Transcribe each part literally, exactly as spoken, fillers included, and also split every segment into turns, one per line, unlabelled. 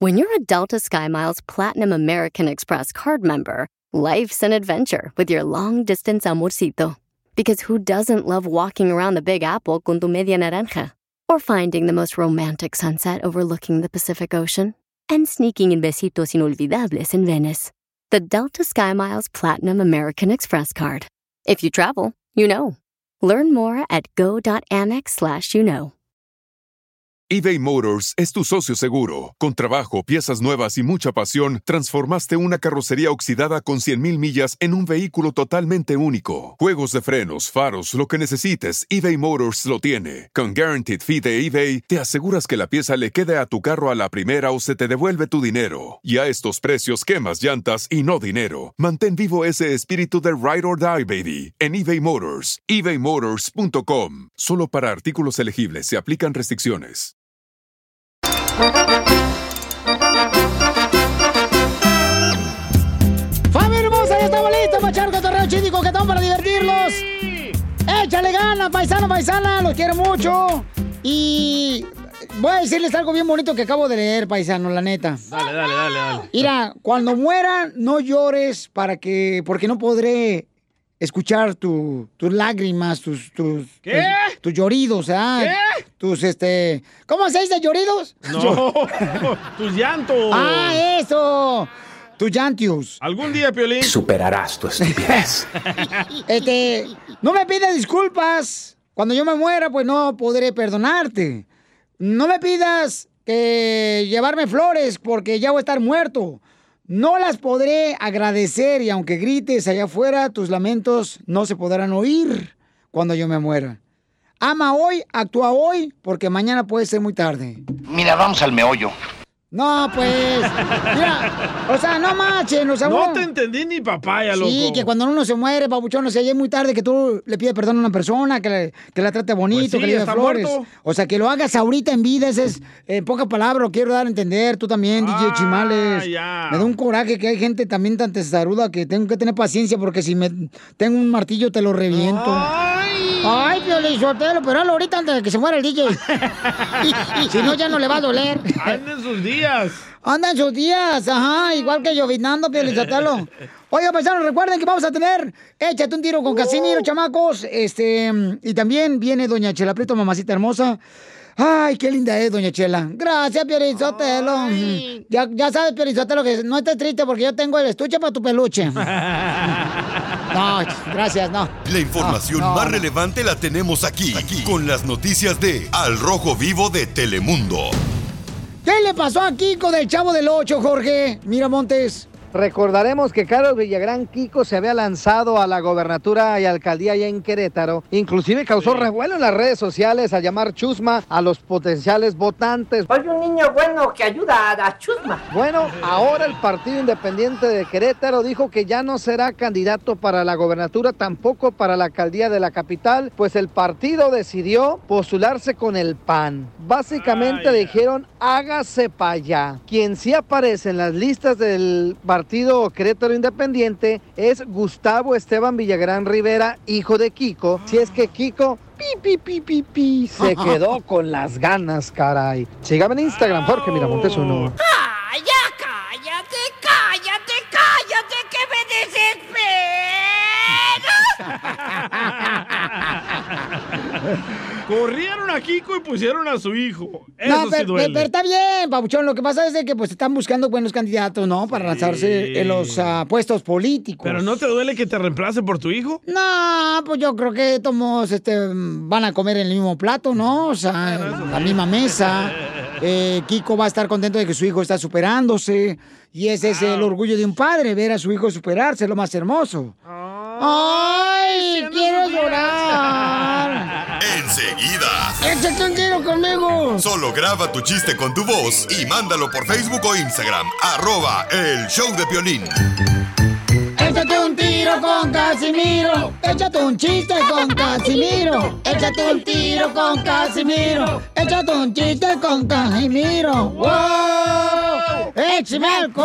When you're a Delta SkyMiles Platinum American Express card member, life's an adventure with your long-distance amorcito. Because who doesn't love walking around the Big Apple con tu media naranja? Or finding the most romantic sunset overlooking the Pacific Ocean? And sneaking in besitos inolvidables in Venice. The Delta SkyMiles Platinum American Express card. If you travel, you know. Learn more at go.amex slash you know.
eBay Motors es tu socio seguro. Con trabajo, piezas nuevas y mucha pasión, transformaste una carrocería oxidada con cien mil millas en un vehículo totalmente único. Juegos de frenos, faros, lo que necesites, eBay Motors lo tiene. Con Guaranteed Fee de eBay, te aseguras que la pieza le quede a tu carro a la primera o se te devuelve tu dinero. Y a estos precios, quemas llantas y no dinero. Mantén vivo ese espíritu de Ride or Die, baby, en eBay Motors. ebay motors punto com. Solo para artículos elegibles se aplican restricciones.
¡Familia hermosa! ¡Ya estamos listos para echar cotorreo chido y coquetón para divertirlos! ¡Échale ganas, paisano, paisana! ¡Los quiero mucho! Y voy a decirles algo bien bonito que acabo de leer, paisano, la neta.
Dale, dale, dale, dale.
Mira, cuando muera, no llores para que... porque no podré escuchar tu, tus lágrimas, tus... tus
¿Qué?
Tus, tus lloridos, ¿ah?
¿Qué?
Tus, este... ¿Cómo se dice, lloridos?
No, tus llantos.
¡Ah, eso! Tus llantios.
Algún día, Piolín,
superarás tu estupidez.
Este, no me pidas disculpas. Cuando yo me muera, pues no podré perdonarte. No me pidas que llevarme flores porque ya voy a estar muerto. No las podré agradecer y aunque grites allá afuera, tus lamentos no se podrán oír cuando yo me muera. Ama hoy, actúa hoy, porque mañana puede ser muy tarde.
Mira, vamos al meollo.
No, pues, mira, o sea, no marchen, o sea,
no
uno...
te entendí ni papaya, loco.
Sí, que cuando uno se muere, papuchón, o sea, ya es muy tarde que tú le pides perdón a una persona, que, le, que la trate bonito,
Pues sí,
que le dé
está
flores.
muerto.
O sea, que lo hagas ahorita en vida, ese es, en pocas palabras, lo quiero dar a entender. Tú también,
Ah,
D J Chimales.
ya.
Me da un coraje que hay gente también tan testaruda que tengo que tener paciencia porque si me tengo un martillo te lo reviento.
¡Ay!
Ay, Piolizotelo, pero hazlo ahorita antes de que se muera el D J. Si no, ya no le va a doler.
Anda en sus días.
Anda en sus días, ajá, igual que llovinando, Piolizotelo. Oiga, paisanos, recuerden que vamos a tener Échate un tiro con Casimiro, chamacos. Este, y también viene Doña Chela Prieto, mamacita hermosa. Ay, qué linda es, Doña Chela. Gracias, Piolizotelo. Ya, ya sabes, Piolizotelo, que no estés triste porque yo tengo el estuche para tu peluche. No, gracias, no.
La información
No, no,
más
no.
relevante la tenemos aquí, aquí, con las noticias de Al Rojo Vivo de Telemundo.
¿Qué le pasó a Kiko del Chavo del Ocho, Jorge Miramontes?
Recordaremos que Carlos Villagrán Kiko se había lanzado a la gobernatura y alcaldía allá en Querétaro. Inclusive causó revuelo en las redes sociales al llamar chusma a los potenciales votantes.
Soy un niño bueno que ayuda a chusma.
Bueno, ahora el Partido Independiente de Querétaro dijo que ya no será candidato para la gobernatura, tampoco para la alcaldía de la capital, pues el partido decidió postularse con el P A N. Básicamente
Ay.
dijeron, hágase para allá. Quien sí aparece en las listas del Partido Querétaro Independiente es Gustavo Esteban Villagrán Rivera, hijo de Kiko. Si es que Kiko pi, pi, pi, pi, pi, se quedó con las ganas, caray. Sígame en Instagram, Jorge Miramontes uno.
¡Ah, ya cállate, cállate, cállate, que me desespera!
Corrieron a Kiko y pusieron a su hijo. Eso
No,
sí
pero,
duele.
pero está bien, Pabuchón. Lo que pasa es de que pues están buscando buenos candidatos, ¿no? Para lanzarse en los uh, puestos políticos.
¿Pero no te duele que te reemplace por tu hijo?
No, pues yo creo que todos este, van a comer en el mismo plato, ¿no? O sea, en la misma mesa. Eh, Kiko va a estar contento de que su hijo está superándose. Y ese es el orgullo de un padre, ver a su hijo superarse, es lo más hermoso. ¡Ay, quiero llorar!
Enseguida.
¡Échate un tiro conmigo!
Solo graba tu chiste con tu voz y mándalo por Facebook o Instagram. Arroba El Show de Piolín.
Échate un tiro con Casimiro. Échate un chiste con Casimiro. Échate un tiro con Casimiro. Échate un chiste con Casimiro. ¡Wow! ¡Échame alcohol!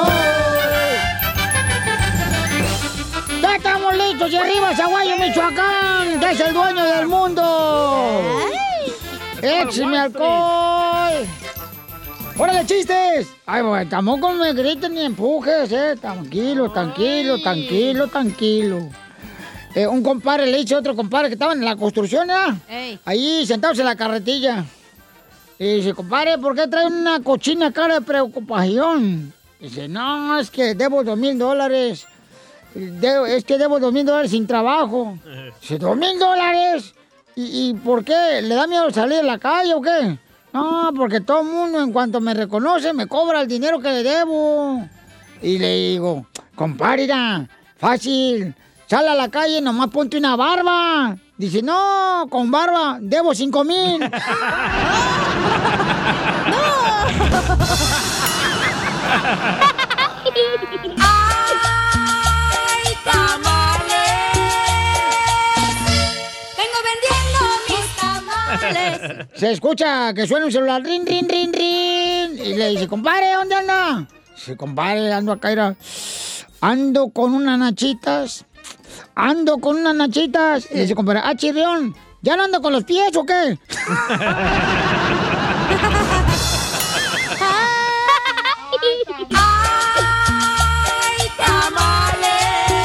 ¡Ya estamos listos! ¡Y arriba, Zaguayo, Michoacán! ¡Que es el dueño del mundo! ¡Échame alcohol! ¡Órale, chistes! Ay, bueno, tampoco me griten ni empujes, eh. Tranquilo, tranquilo, tranquilo, tranquilo. Eh, un compadre le dice a otro compadre que estaban en la construcción, ¿ya?
Ey.
Ahí sentados en la carretilla. Y dice, compadre, ¿por qué trae una cochina cara de preocupación? Dice, no, es que debo dos mil dólares. De- es que debo dos mil dólares sin trabajo. Dice, ¿dos mil dólares? ¿Y, ¿Y por qué? ¿Le da miedo salir a la calle o qué? No, porque todo el mundo en cuanto me reconoce me cobra el dinero que le debo. Y le digo, compadre, mira, fácil, sal a la calle, nomás ponte una barba. Dice, no, con barba, debo cinco mil.
¡Ay, tamales! Vengo vendiendo mis tamales.
Se escucha que suena un celular, rin, rin, rin, rin. Y le dice, compadre, ¿dónde anda? Dice, compadre, ando acá, mira. Ando con unas nachitas. Ando con unas nachitas. Y le dice, compadre, ah, chirrión, ¿ya no ando con los pies o qué?
¡Ay, tamales!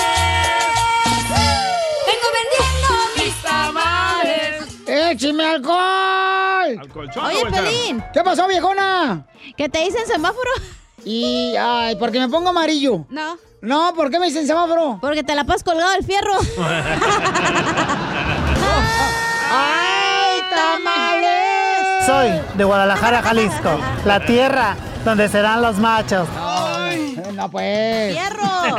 Vengo vendiendo mis tamales.
¡Écheme alcohol!
¿Al colchón
Oye,
o el
Pelín,
¿Qué pasó, viejona?
¿qué te dicen semáforo?
Y, ay, porque me pongo amarillo.
No,
No, ¿por qué me dicen semáforo?
porque te la pasas colgado del fierro.
¡Ay, tamales!
Soy de Guadalajara, Jalisco, la tierra donde serán los machos.
Ay, no, pues.
¡Fierro!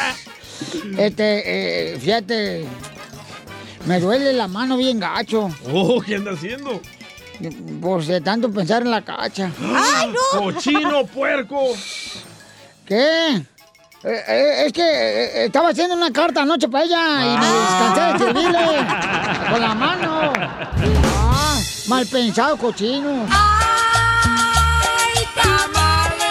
Este, eh, fíjate, me duele la mano bien gacho.
Oh, ¿qué anda haciendo?
Pues de tanto pensar en la cacha.
¡Ay, no!
¡Cochino, puerco!
¿Qué? Eh, eh, es que eh, estaba haciendo una carta anoche para ella y me descansé de escribirle con la mano. Ah, mal pensado, cochino.
¡Ay, tamales!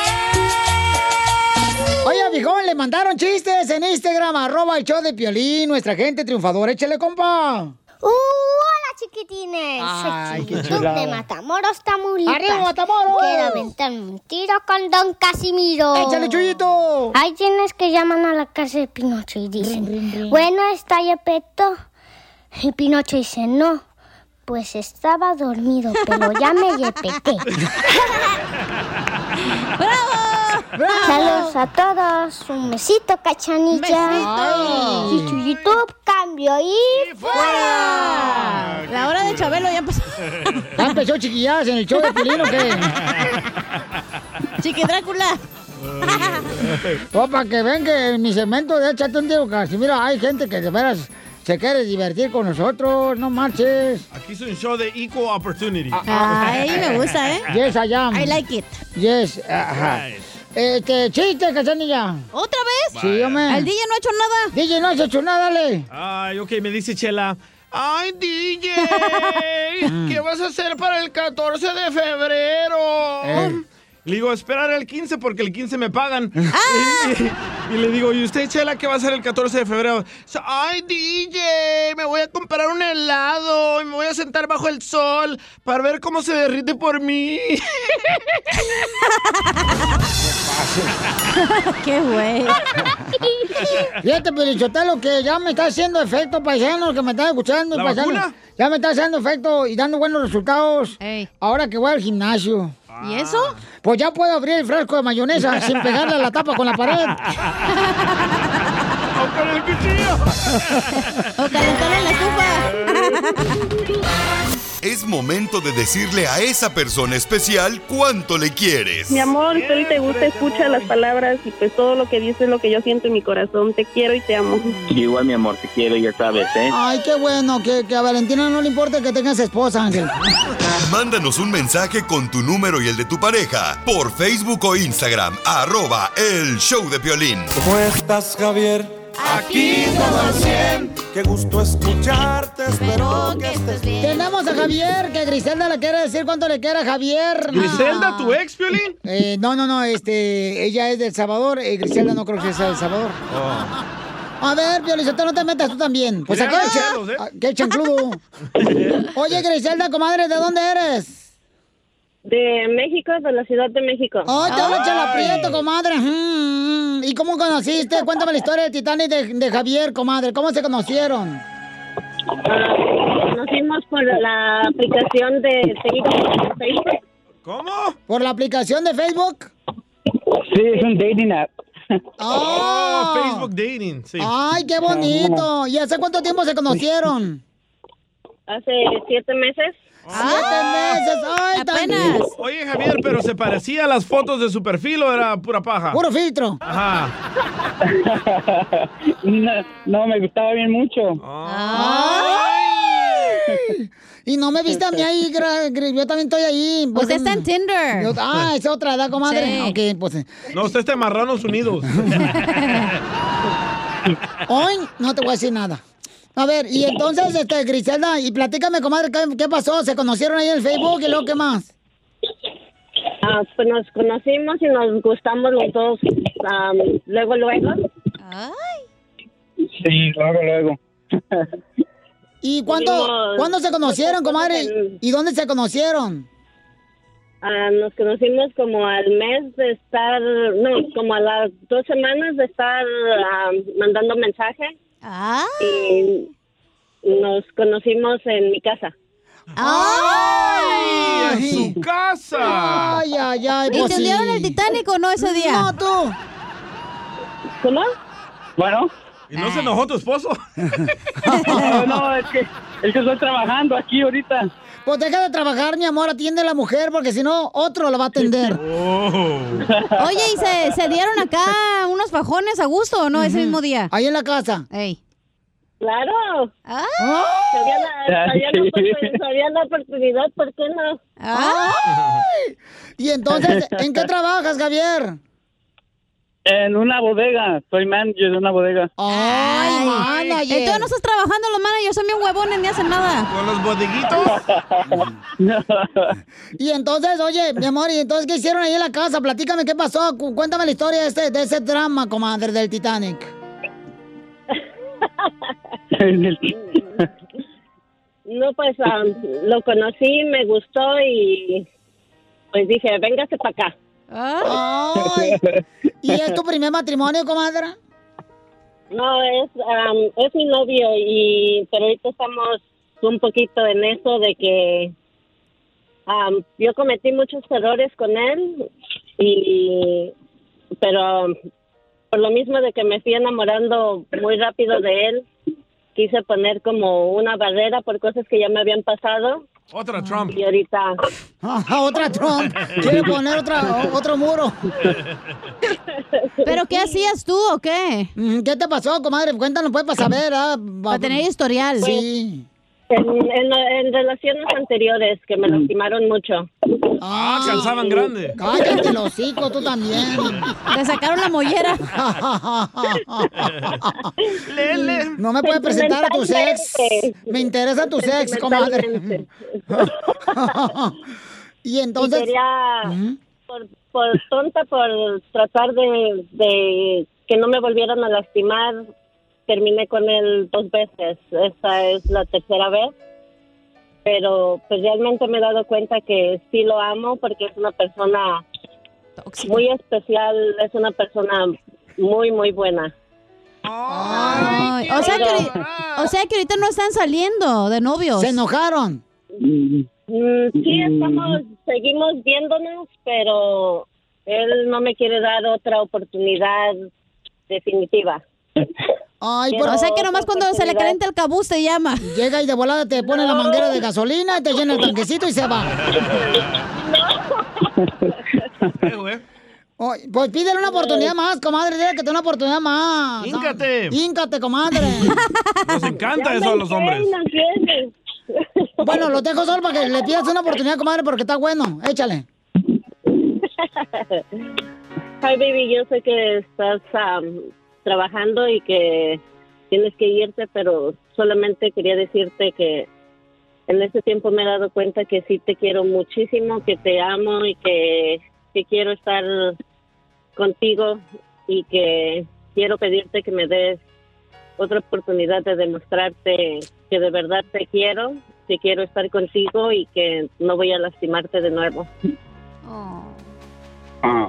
Oye, viejón, le mandaron chistes en Instagram, arroba el show de Piolín, nuestra gente triunfadora. Échale, compa.
Uh, hola, chiquitines.
Ay,
Soy
qué
Chuyito
chulada.
de Matamoros, Tamaulipas.
¡Arriba, Matamoros!
Quiero aventarme un tiro con Don Casimiro.
¡Échale, Chuyito!
Hay quienes que llaman a la casa de Pinocho y dicen,
Rin, rin, rin.
bueno, ¿está Yepeto? Y Pinocho dice, no, pues estaba dormido, pero ya me yepeté. Saludos a todos. Un besito, Cachanilla.
Besito.
Y su YouTube, cambio y fuera.
La hora de Chabelo ya pasó.
¿Ya empezó chiquilladas en el show de Piolín o qué?
Chiqui Drácula.
O para que ven que en mi segmento de Échate un tiro, Casimiro, hay gente que de veras se quiere divertir con nosotros, no marches.
Aquí es un show de equal opportunity.
Ay, me gusta, ¿eh?
Yes, I am.
I like it.
Yes, ajá.
Right.
Este, chiste, Cachanilla.
¿Otra vez?
Sí, hombre.
El D J no ha hecho nada.
D J no has hecho nada, dale.
Ay, ok, me dice Chela. ¡Ay, D J! ¿Qué vas a hacer para el catorce de febrero?
Eh.
Le digo, esperar el quince porque el quince me pagan. Y, y- y le digo, ¿y usted, Chela, qué va a hacer el catorce de febrero? ¡Ay, D J! Me voy a comprar un helado y me voy a sentar bajo el sol para ver cómo se derrite por mí.
Qué güey.
Fíjate, Pelichotelo, que ya me está haciendo efecto, paisanos, que me están escuchando.
¿La
paisanos.
vacuna?
Ya me está haciendo efecto y dando buenos resultados.
Ey.
Ahora que voy al gimnasio.
¿Y eso?
Pues ya puedo abrir el frasco de mayonesa sin pegarle a la tapa con la pared.
¡O con el cuchillo!
O calentarlo en la estufa.
Es momento de decirle a esa persona especial cuánto le quieres.
Mi amor, si hoy te gusta, escucha las palabras y pues todo lo que dices es lo que yo siento en mi corazón. Te quiero y te amo.
Igual, mi amor, te quiero, ya sabes, ¿eh?
Ay, qué bueno, que, que a Valentina no le importa que tengas esposa, Ángel.
Mándanos un mensaje con tu número y el de tu pareja por Facebook o Instagram, arroba el show de Piolín.
¿Cómo estás, Javier?
Aquí todo al cien.
Qué gusto escucharte, espero que estés bien.
Tenemos a Javier, que Griselda le quiere decir cuánto le quiere a Javier.
¿Griselda, tu ex, Piolín?
Eh, no, no, no, este, ella es de El Salvador, eh, Griselda no creo que sea de El Salvador. A ver, Piolizotelo, no te metas tú también. Pues
Mira,
aquí,
celos, ¿eh?
qué chancludo. Oye, Griselda, comadre, ¿de dónde eres?
De México, de la Ciudad de México.
¡Oh, te habla Chela Prieto, comadre! Mm, ¿Y cómo conociste? Cuéntame la historia del Titanic de, de Javier, comadre. ¿Cómo se conocieron?
Uh, conocimos por la aplicación de Facebook.
¿Cómo?
¿Por la aplicación de Facebook?
Sí, es un dating app.
Oh, Facebook Dating, sí.
¡Ay, qué bonito! ¿Y hace cuánto tiempo se conocieron?
Hace siete meses.
¡Siete meses! ¡Ay,
apenas!
Oye, Javier, ¿pero se parecía a las fotos de su perfil o era pura paja?
Puro filtro.
Ajá.
no, no, me gustaba bien mucho.
¡Ay! Y no me viste a mí ahí, gra- gra- yo también estoy ahí. Pues,
Usted está en Tinder.
yo- ah, es otra edad, comadre.
Sí.
Ok, pues.
No, usted está en Marranos Unidos.
Hoy no te voy a decir nada. A ver, y entonces, este, Griselda, y platícame, comadre, ¿qué, qué pasó? ¿Se conocieron ahí en el Facebook y luego qué más?
Ah, pues nos conocimos y nos gustamos los dos. um, luego, luego.
Sí, luego, luego.
¿Y cuándo,
Tuvimos-
¿cuándo se conocieron, comadre? ¿Y dónde se conocieron?
Ah, nos conocimos como al mes de estar, no, como a las dos semanas de estar ah, mandando mensaje. Y nos conocimos en mi casa.
¡Ay!
¡En su casa!
¡Ay, ay, ay!
¿Y
pues
te hundieron
sí.
el Titanic o no ese día?
No, tú.
¿Cómo?
Bueno.
¿Y no se enojó tu esposo?
No, no, es que, es que estoy trabajando aquí ahorita.
Pues deja de trabajar, mi amor, atiende a la mujer, porque si no, otro la va a atender.
Oh.
Oye, ¿y se, se dieron acá unos fajones a gusto o no ese mismo día?
Ahí en la casa.
Ey.
Claro.
Ah.
Sabía la, sabía la, oportun- sabía la oportunidad, ¿por qué no?
¡Ay! Y entonces, ¿en qué trabajas, Javier?
En una bodega, soy manager de una bodega.
¡Ay, manager!
Entonces no estás trabajando los managers, son bien huevones, ni hacen nada.
¿Con los bodeguitos?
Y entonces, oye, mi amor, ¿y entonces qué hicieron ahí en la casa? Platícame qué pasó, Cu- cuéntame la historia de, este, de ese drama, comadre, del Titanic.
No, pues um, lo conocí, me gustó y pues dije, véngase para acá.
Ay. ¿Y es tu primer matrimonio, comadre?
No, es um, es mi novio, y pero ahorita estamos un poquito en eso de que um, yo cometí muchos errores con él, y pero um, por lo mismo de que me fui enamorando muy rápido de él, quise poner como una barrera por cosas que ya me habían pasado.
Otra Trump.
Y ahorita...
Otra Trump. Quiere poner otra, otro muro.
¿Pero qué hacías tú o qué?
¿Qué te pasó, comadre? Cuéntanos, pues, para saber. ¿ah?
Para tener historial.
Sí.
En, en, en relaciones anteriores que me lastimaron mucho.
Ah, calzaban grande.
Cállate el hocico, tú también.
Te sacaron la mollera.
Lele.
No me puedes presentar a tu ex. Me interesa tu ex, comadre. Y entonces...
Y quería, por, por tonta, por tratar de, de que no me volvieran a lastimar, terminé con él dos veces. Esta es la tercera vez. Pero pues realmente me he dado cuenta que sí lo amo, porque es una persona muy especial, es una persona muy, muy buena.
Ay, o, sea que, ahori- o sea que ahorita no están saliendo de novios.
¿Se enojaron?
Mm, sí, estamos, seguimos viéndonos, pero él no me quiere dar otra oportunidad definitiva.
Ay,
Quiero
O sea que nomás
otra
cuando se le
oportunidad.
calienta el cabuz te llama.
Llega y de volada te pone la manguera de gasolina, te llena el tanquecito y se va.
Eh, güey.
Ay, pues pídele una oportunidad más, comadre. Dile que te dé una oportunidad más.
Híncate.
Híncate, comadre.
Nos encanta eso a los hombres.
Bueno, lo dejo solo para que le pidas una oportunidad, comadre, porque está bueno. Échale.
Hi, baby, yo sé que estás um, trabajando y que tienes que irte, pero solamente quería decirte que en este tiempo me he dado cuenta que sí te quiero muchísimo, que te amo y que, que quiero estar contigo, y que quiero pedirte que me des otra oportunidad de demostrarte que de verdad te quiero que quiero estar contigo y que no voy a lastimarte de nuevo.
Ah.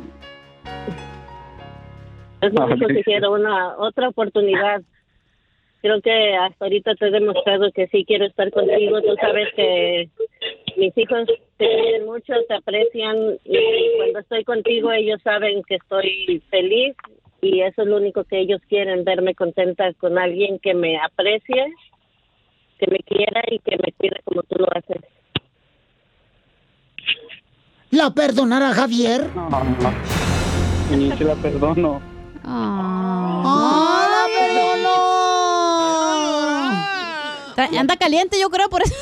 Es lo
Ah,
único que
Grisel.
quiero, una otra oportunidad. Creo que hasta ahorita te he demostrado que sí quiero estar contigo. Tú sabes que mis hijos te quieren mucho, te aprecian y cuando estoy contigo ellos saben que estoy feliz y eso es lo único que ellos quieren, verme contenta con alguien que me aprecie, que me quiera y que me cuide como tú lo haces.
¿La perdonará Javier?
No, no. Ni se la perdono.
¡Ah, la perdonó!
Tra- Anda caliente, yo creo, por eso.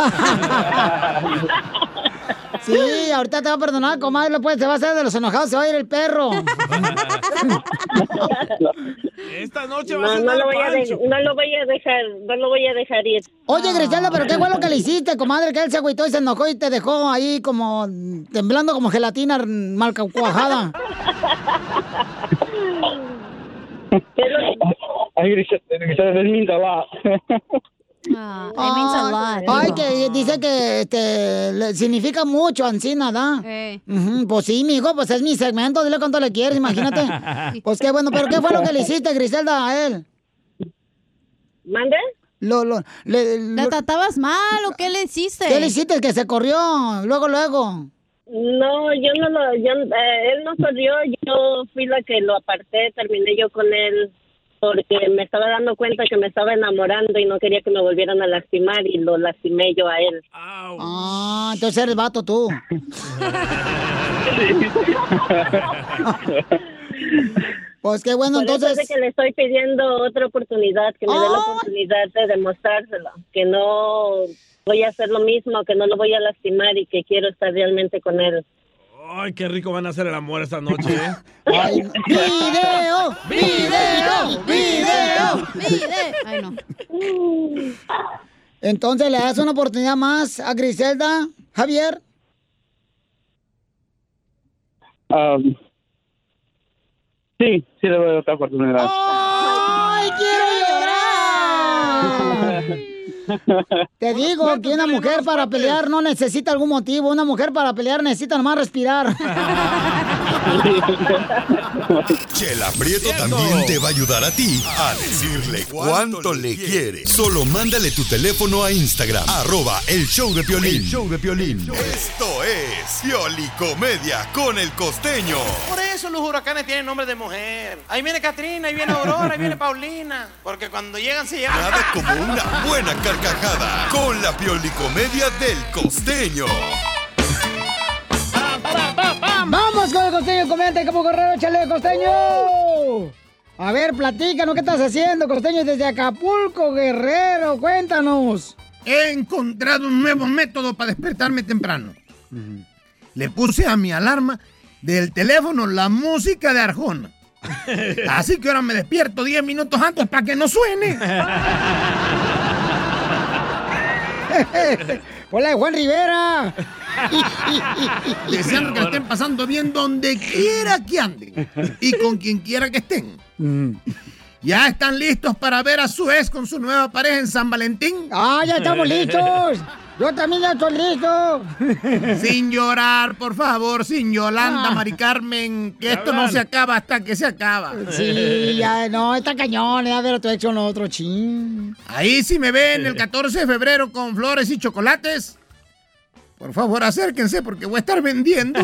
Sí, ahorita te va a perdonar, comadre, pues te va a hacer de los enojados, se va a ir el perro.
Esta noche va a
No,
ser
no lo voy a de- no lo voy a dejar, no lo voy a dejar ir.
Oye, Griselda, pero qué fue lo que le hiciste, comadre, que él se agüitó y se enojó y te dejó ahí como temblando como gelatina mal cuajada.
Ay, Grisel, Grisel, it means a lot.
Ah, it means a lot.
Ay, que dice que este, le significa mucho, Ancina, ¿da?
Eh.
Ujú, pues sí, mijo, pues es mi segmento, dile cuánto le quieres, imagínate. Pues qué bueno, pero ¿qué fue lo que le hiciste, Griselda, a él?
¿Mande?
Lo, lo, le,
¿La
lo-
tratabas mal o qué le hiciste?
¿Qué le hiciste? Que se corrió, luego, luego.
No, yo no lo, yo, eh, él no corrió, yo fui la que lo aparté, terminé yo con él porque me estaba dando cuenta que me estaba enamorando y no quería que me volvieran a lastimar y lo lastimé yo a él.
Ah, entonces eres vato tú. Pues qué bueno,
Por eso
entonces.
es de que le estoy pidiendo otra oportunidad, que me dé la oportunidad de demostrárselo, que no voy a hacer lo mismo, que no lo voy a lastimar y que quiero estar realmente con él.
Ay, qué rico van a hacer el amor esta noche, ¿eh?
Ay, ¡video! ¡Video! ¡Video!
¡Video! Ay, no.
Entonces, ¿le das una oportunidad más a Griselda, Javier?
Um, sí, sí le doy otra oportunidad.
¡Ay, quiero llorar! Te digo que una mujer para pelear no necesita algún motivo. Una mujer para pelear necesita nomás respirar.
Chela Prieto también te va a ayudar a ti a decirle cuánto le quiere. Solo mándale tu teléfono a Instagram, arroba el show de Piolín. El show de Piolín. Esto es Piolicomedia con el Costeño.
Por eso los huracanes tienen nombre de mujer. Ahí viene Catrina, ahí viene Aurora, ahí viene Paulina. Porque cuando llegan se llaman...
Nada como una buena carcajada con la Piolicomedia del Costeño.
¡Vamos con el Costeño! ¡Comente como Guerrero! ¡Échale, Costeño! A ver, platícanos, ¿qué estás haciendo, Costeño? Desde Acapulco, Guerrero, cuéntanos.
He encontrado un nuevo método para despertarme temprano. Le puse a mi alarma del teléfono la música de Arjona. Así que ahora me despierto diez minutos antes para que no suene.
¡Hola, de Juan Rivera!
Deseando que la estén pasando bien donde quiera que anden y con quien quiera que estén. ¿Ya están listos para ver a su ex con su nueva pareja en San Valentín?
¡Ah, ya estamos listos! ¡Yo también ya estoy listo!
Sin llorar, por favor, sin Yolanda,
Ah.
Mari Carmen, que esto no se acaba hasta que se acaba.
Sí, ya, no, está cañón, ya ver a tu ex con otro chin.
Ahí sí me ven el catorce de febrero con flores y chocolates. Por favor, acérquense porque voy a estar vendiendo.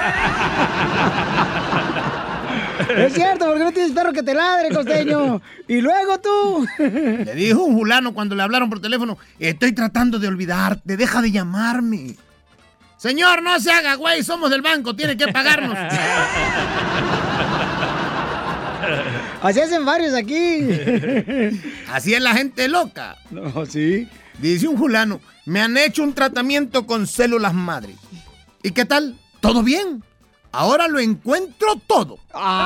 Es cierto, porque no tienes perro que te ladre, Costeño. Y luego tú.
Le dijo un fulano cuando le hablaron por teléfono: estoy tratando de olvidarte, deja de llamarme. Señor, no se haga, güey, somos del banco, tiene que pagarnos.
Así hacen varios aquí.
Así es la gente loca.
No, sí.
Dice un fulano: me han hecho un tratamiento con células madre. ¿Y qué tal? ¿Todo bien? Ahora lo encuentro todo.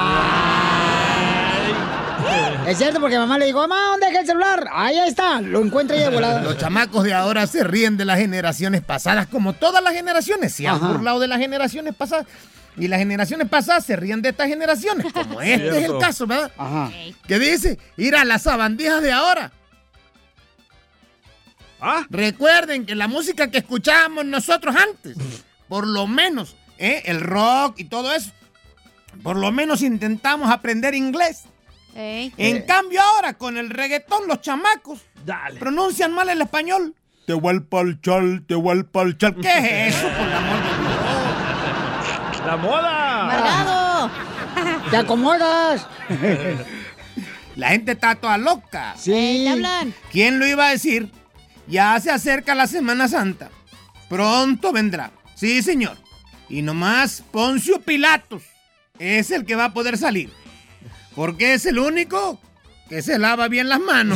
Es cierto, porque mamá le dijo: mamá, ¿dónde deja el celular? Ahí está, lo encuentra ya de volada.
Los chamacos de ahora se ríen de las generaciones pasadas, como todas las generaciones. Se han
Ajá.
burlado de las generaciones pasadas. Y las generaciones pasadas se ríen de estas generaciones, como este es el
Cierto.
caso, ¿verdad?
Ajá.
Que dice: ir a las sabandijas de ahora.
¿Ah?
Recuerden que la música que escuchábamos nosotros antes, por lo menos, ¿eh? el rock y todo eso, por lo menos intentamos aprender inglés.
Ey.
En
Eh.
cambio ahora, con el reggaetón, los chamacos
Dale.
pronuncian mal el español. Te voy al palchal, te voy al palchal. ¿Qué es eso, por el amor de Dios?
¡La moda!
¡Margado!
¡Te acomodas!
La gente está toda loca.
Sí.
¿Te hablan?
¿Quién lo iba a decir? Ya se acerca la Semana Santa. Pronto vendrá. Sí, señor. Y nomás Poncio Pilatos es el que va a poder salir. Porque es el único que se lava bien las manos.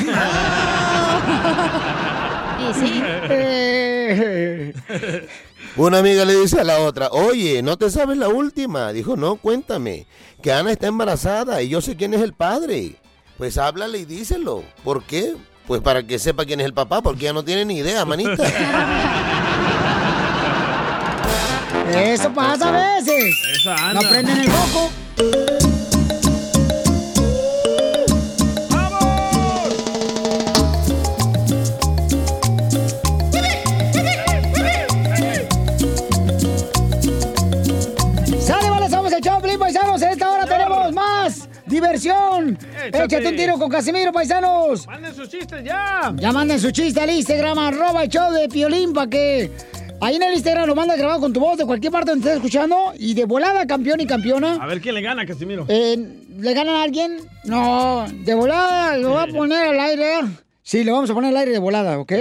Y sí.
Una amiga le dice a la otra, oye, ¿no te sabes la última? Dijo, no, cuéntame, que Ana está embarazada y yo sé quién es el padre. Pues háblale y díselo. ¿Por qué? Pues para que sepa quién es el papá, porque ella no tiene ni idea, manita.
Eso pasa a veces.
Esa Ana.
No prenden el foco. ¡Sale, vale! Somos el Choplin, paisanos. En esta hora tenemos más diversión.
Échate.
Échate un tiro con Casimiro, paisanos.
¡Manden sus chistes ya!
Ya manden su chiste al Instagram, arroba el show de Piolín, para que ahí en el Instagram lo mandas grabado con tu voz de cualquier parte donde estés escuchando. Y de volada, campeón y campeona.
A ver quién le gana, Casimiro.
Eh, ¿Le ganan a alguien? No, de volada lo va a poner al aire. Sí, lo vamos a poner al aire de volada, ¿ok?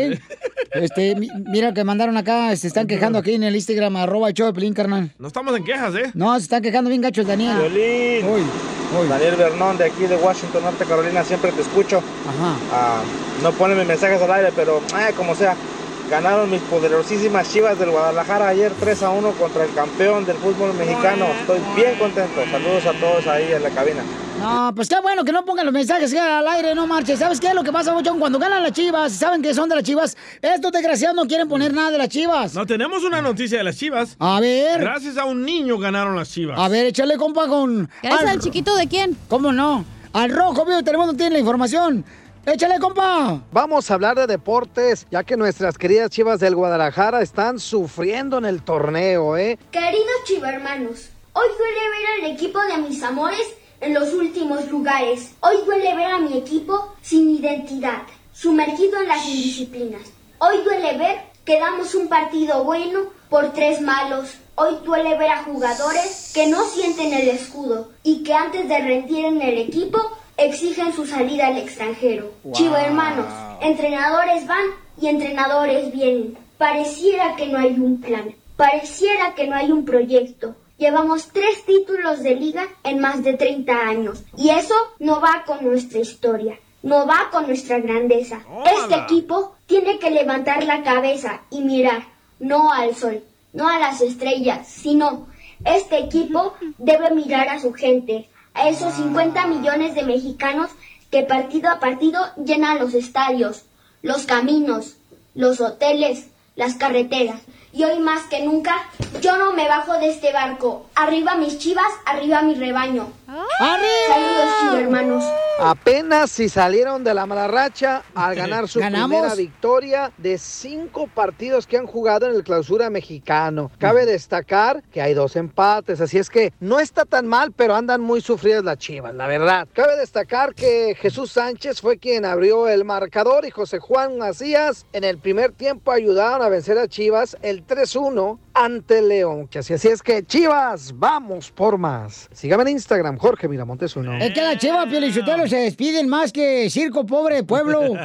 Este, mi- mira que mandaron acá, se están quejando aquí en el Instagram, arroba el show de Piolín, carnal.
No estamos en quejas, ¿eh?
No, se están quejando bien gachos, Daniel.
Piolín.
Uy, uy.
Daniel Bernón de aquí de Washington, Norte Carolina, siempre te escucho.
Ajá.
Ah, no ponen mis mensajes al aire, pero eh, como sea, ganaron mis poderosísimas Chivas del Guadalajara ayer tres a uno contra el campeón del fútbol mexicano. Estoy bien contento. Saludos a todos ahí en la cabina.
No, pues qué bueno que no pongan los mensajes al aire, no marches. ¿Sabes qué es lo que pasa, Bochón? Cuando ganan las Chivas, saben que son de las Chivas, estos desgraciados no quieren poner nada de las Chivas.
No, tenemos una noticia de las Chivas.
A ver.
Gracias a un niño ganaron las Chivas.
A ver, échale, compa, con...
¿Gracias al chiquito de quién?
¿Cómo no? Al rojo, vivo, tenemos no tiene la información. ¡Échale, compa!
Vamos a hablar de deportes, ya que nuestras queridas Chivas del Guadalajara están sufriendo en el torneo, ¿eh?
Queridos chivermanos, hoy duele ver al equipo de mis amores en los últimos lugares. Hoy duele ver a mi equipo sin identidad, sumergido en las indisciplinas. Hoy duele ver que damos un partido bueno por tres malos. Hoy duele ver a jugadores que no sienten el escudo y que antes de rendir en el equipo exigen su salida al extranjero.
Wow.
Chivermanos, entrenadores van y entrenadores vienen. Pareciera que no hay un plan, pareciera que no hay un proyecto. Llevamos tres títulos de liga en más de treinta años y eso no va con nuestra historia, no va con nuestra grandeza. Este equipo tiene que levantar la cabeza y mirar, no al sol, no a las estrellas, sino este equipo debe mirar a su gente, a esos cincuenta millones de mexicanos que partido a partido llenan los estadios, los caminos, los hoteles, las carreteras. Y hoy más que nunca, yo no me bajo de este barco. Arriba mis Chivas, arriba mi rebaño.
¡Arriba!
Saludos, chivermanos.
Apenas si salieron de la mala racha al ganar su
¿Ganamos?
primera victoria de cinco partidos que han jugado en el Clausura Mexicano. Cabe destacar que hay dos empates, así es que no está tan mal, pero andan muy sufridas las Chivas, la verdad. Cabe destacar que Jesús Sánchez fue quien abrió el marcador y José Juan Macías en el primer tiempo ayudaron a vencer a Chivas el tres uno ante León. Que así, así es que Chivas, vamos por más. Sígame en Instagram, Jorge Miramontes uno.
Es que las Chivas, Piolichotelo, se despiden más que circo pobre de pueblo.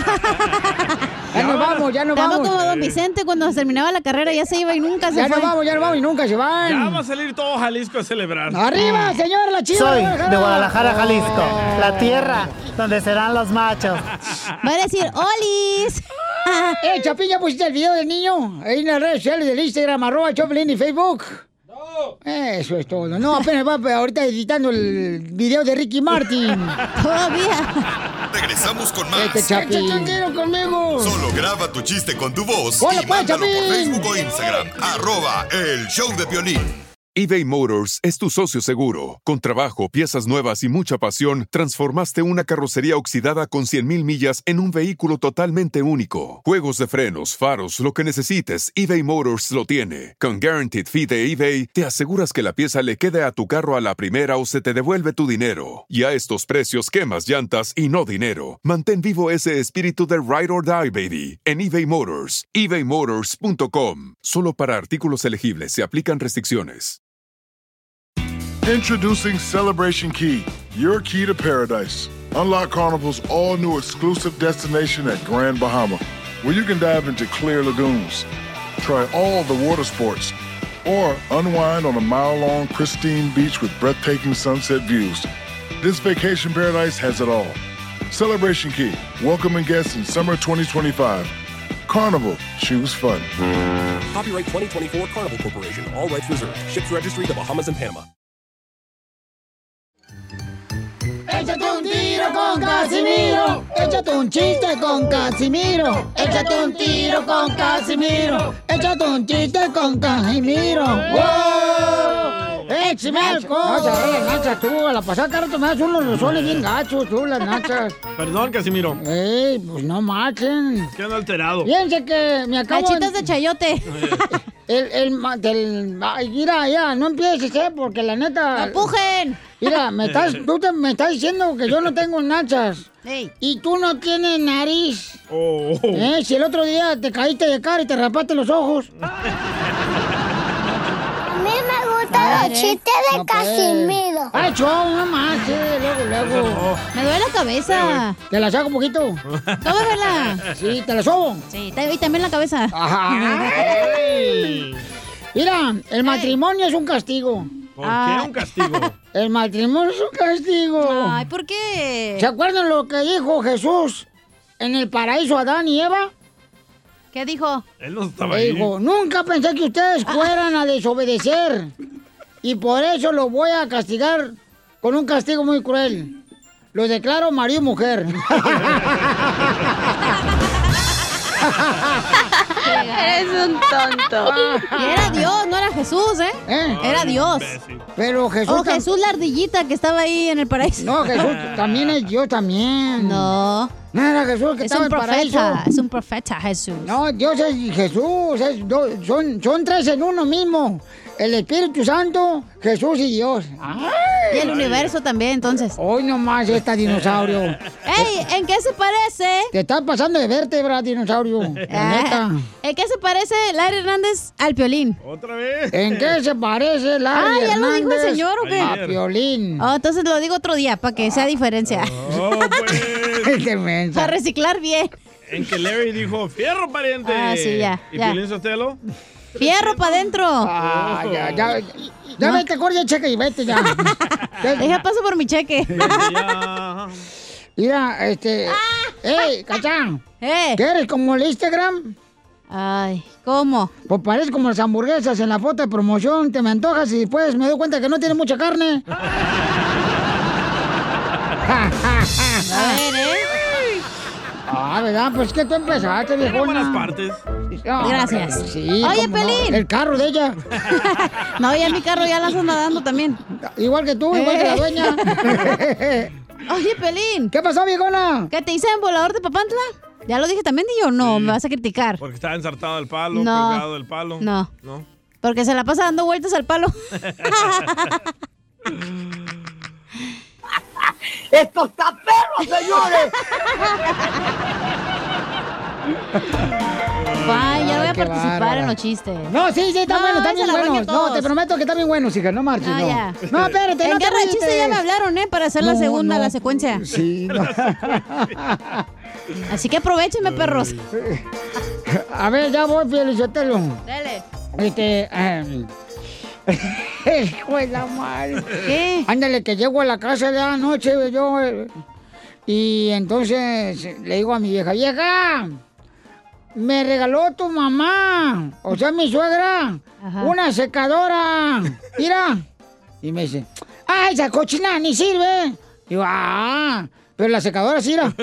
Ya nos vamos, ya nos
Estamos
vamos.
como Don Vicente cuando terminaba la carrera, ya se iba y nunca se
Ya
fue.
nos vamos, ya nos vamos y nunca se van.
Ya va a salir todo Jalisco a celebrar.
¡Arriba, señor, la Chivas!
Soy de Guadalajara, Jalisco, la tierra donde serán los machos.
Va a decir, ¡Olis!
¡Eh, Chapín, ya pusiste el video del niño! Ahí en las redes sociales del Instagram, arroba Choplin y Facebook. ¡No! Eso es todo. No, apenas va ahorita editando el video de Ricky Martin.
Todavía.
Regresamos con más.
Este Chapín. Échate un tiro conmigo.
Solo graba tu chiste con tu voz
Hola,
y
pues,
mándalo por
Chapín.
Facebook o Instagram. Arroba El Show de Piolín.
eBay Motors es tu socio seguro. Con trabajo, piezas nuevas y mucha pasión, transformaste una carrocería oxidada con cien mil millas en un vehículo totalmente único. Juegos de frenos, faros, lo que necesites, eBay Motors lo tiene. Con Guaranteed Fee de eBay, te aseguras que la pieza le quede a tu carro a la primera o se te devuelve tu dinero. Y a estos precios, quemas llantas y no dinero. Mantén vivo ese espíritu de Ride or Die, baby, en eBay Motors. ebay motors punto com. Solo para artículos elegibles se aplican restricciones.
Introducing Celebration Key, your key to paradise. Unlock Carnival's all-new exclusive destination at Grand Bahama, where you can dive into clear lagoons, try all the water sports, or unwind on a mile-long pristine beach with breathtaking sunset views. This vacation paradise has it all. Celebration Key, welcoming guests in summer twenty twenty-five. Carnival, choose fun.
Copyright twenty twenty-four Carnival Corporation, all rights reserved. Ships registry, the Bahamas and Panama.
Échate un tiro con Casimiro. Échate un chiste con Casimiro. Échate un tiro con Casimiro. Échate un chiste con Casimiro. ¡Wow! ¡Échame alcohol! No, a ver, nachas tú. A la pasada, Carlos, me das unos rosones bien gachos, tú, las nachas.
Perdón, Casimiro.
Ey, pues no marchen.
Quedan alterado.
Fíjense que me acabo...
Cachitas de chayote.
El, el, del, ay, mira, ya, no empieces, ¿eh? Porque la neta...
¡Empujen!
Mira, me estás, tú te, me estás diciendo que yo no tengo nachas.
Hey.
Y tú no tienes nariz.
Oh.
¿Eh? Si el otro día te caíste de cara y te rapaste los ojos.
A mí me gustan los chistes de no, Casimiro.
Pues. Ay, chau, no más, sí, luego, luego.
Me duele la cabeza.
¿Te la saco un poquito?
Tómamela.
Sí, ¿te la sobo?
Sí, y también la cabeza.
Ay. Mira, el matrimonio es un castigo.
¿Por qué un castigo?
El matrimonio es un castigo.
Ay, ¿por qué?
¿Se acuerdan lo que dijo Jesús en el paraíso a Adán y Eva?
¿Qué dijo?
Él no estaba ahí.
Dijo, nunca pensé que ustedes fueran a desobedecer. Y por eso los voy a castigar con un castigo muy cruel. Los declaro marido y mujer.
Eres un tonto. Y era Dios, no era Jesús, ¿eh?
¿Eh?
Era Dios.
Pero Jesús...
O Jesús la ardillita que estaba ahí en el paraíso.
No, Jesús también es Dios también.
No.
No era Jesús que
es
estaba
un
en el paraíso.
profeta, es un profeta Jesús.
No, Dios es Jesús, es do, son, son tres en uno mismo. El Espíritu Santo, Jesús y Dios. Ay.
Y el universo también, entonces.
Hoy nomás esta dinosaurio.
¡Ey! ¿En qué se parece?
Te estás pasando de vértebra, dinosaurio. La neta.
¿En qué se parece Larry Hernández al Piolín?
¿Otra vez?
¿En qué se parece Larry
Ah, ¿ya
Hernández
lo dijo el señor o qué?
a Piolín?
Oh, entonces lo digo otro día, para que sea diferencia.
Oh, pues.
Qué mensa.
Para reciclar bien.
En que Larry dijo, fierro, pariente.
Ah, sí, ya.
¿Y
ya.
Piolín Sotelo?
Fierro para adentro.
Ah, ya, ya. Ya no. Vete, corre el cheque y vete ya.
Deja paso por mi cheque.
Mira, este... Ah. ¡Ey, Cachán!
¿Eh?
¿Quieres como el Instagram?
Ay, ¿cómo?
Pues parece como las hamburguesas en la foto de promoción. Te me antojas y después me doy cuenta que no tiene mucha carne.
A ver, ¿eh?
Ah, ¿verdad? Pues que tú empezaste, viejona.
Tiene buenas partes.
No,
gracias.
Sí,
Oye,
no.
Pelín.
El carro de ella.
No, ya mi carro ya la ando nadando también.
Igual que tú, igual que la dueña.
Oye, Pelín.
¿Qué pasó, viejona?
¿Qué te hice en volador de Papantla? Ya lo dije también, y yo no, sí. Me vas a criticar.
Porque estaba ensartado del palo,
no.
colgado del palo.
No.
No.
Porque se la pasa dando vueltas al palo.
¡Esto está perro, señores!
Ay, ya voy a
qué
participar
bárbara.
en los chistes.
No, sí, sí, está
No,
bueno, está
se
bien
la
bueno.
bañan
No,
todos.
te prometo que está bien bueno, hija, no marches,
Ah,
no.
ya.
No, espérate,
en
no te
Guerra de Chistes
agüites.
ya me hablaron, ¿eh? Para hacer la
No,
segunda,
no.
la secuencia.
Sí, no.
Así que aprovechenme, perros.
A ver, ya voy, Pielichotelo.
Dale.
Este, eh, hijo de la madre.
¿Qué?
Ándale, que llego a la casa de anoche, yo, eh, y entonces le digo a mi vieja, vieja, me regaló tu mamá, o sea, mi suegra,
Ajá.
una secadora, mira. Y me dice, ah, esa cochina ni sirve. Digo, ah, pero la secadora sirve.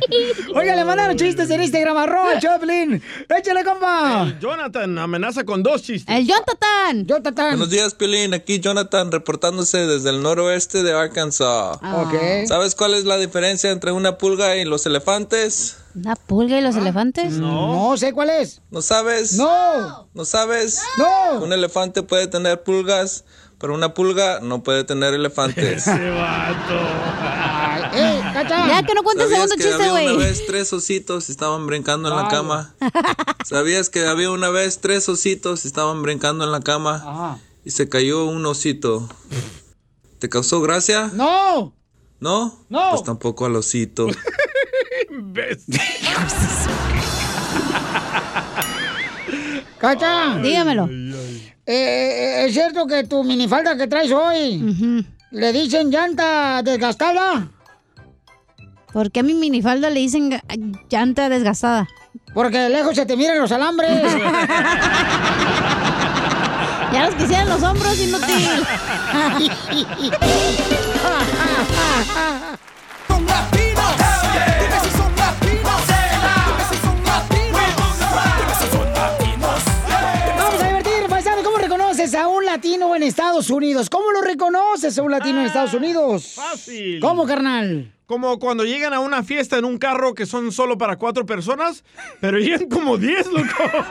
Oiga, le mandaron chistes en Instagram, arroba Choplin. Échale, compa.
El Jonathan amenaza con dos chistes.
El Jonathan. Jonathan.
Buenos días, Piolín. Aquí Jonathan reportándose desde el noroeste de Arkansas.
Ok.
¿Sabes cuál es la diferencia entre una pulga y los elefantes?
¿Una pulga y los elefantes?
No. No sé cuál es.
¿No sabes?
No.
¿No sabes?
No.
Un elefante puede tener pulgas, pero una pulga no puede tener elefantes.
Ese vato.
¡Eh, cacha!
Ya que no cuentes el
¿Sabías
segundo
que
chiste,
había una
güey?
vez tres ositos y estaban brincando en la
Ay.
cama? ¿Sabías que había una vez tres ositos y estaban brincando en la cama?
Ajá.
Y se cayó un osito. ¿Te causó gracia?
¡No!
¿No?
No.
Pues tampoco al osito.
Cacha.
Dígamelo.
Eh, ¿Es cierto que tu minifalda que traes hoy le dicen llanta desgastada?
¿Por qué a mi minifalda le dicen ga- llanta desgastada?
Porque de lejos se te miran los alambres.
Ya los quisieran los hombros, inútil.
Son latinos. Dime si son latinos. Dime si son latinos. Dime si son latinos.
Vamos a divertir, paisano. ¿Cómo reconoces a un latino en Estados Unidos? ¿Cómo lo reconoces a un latino en Estados Unidos?
Fácil.
¿Cómo, carnal?
Como cuando llegan a una fiesta en un carro que son solo para cuatro personas, pero llegan como diez, loco.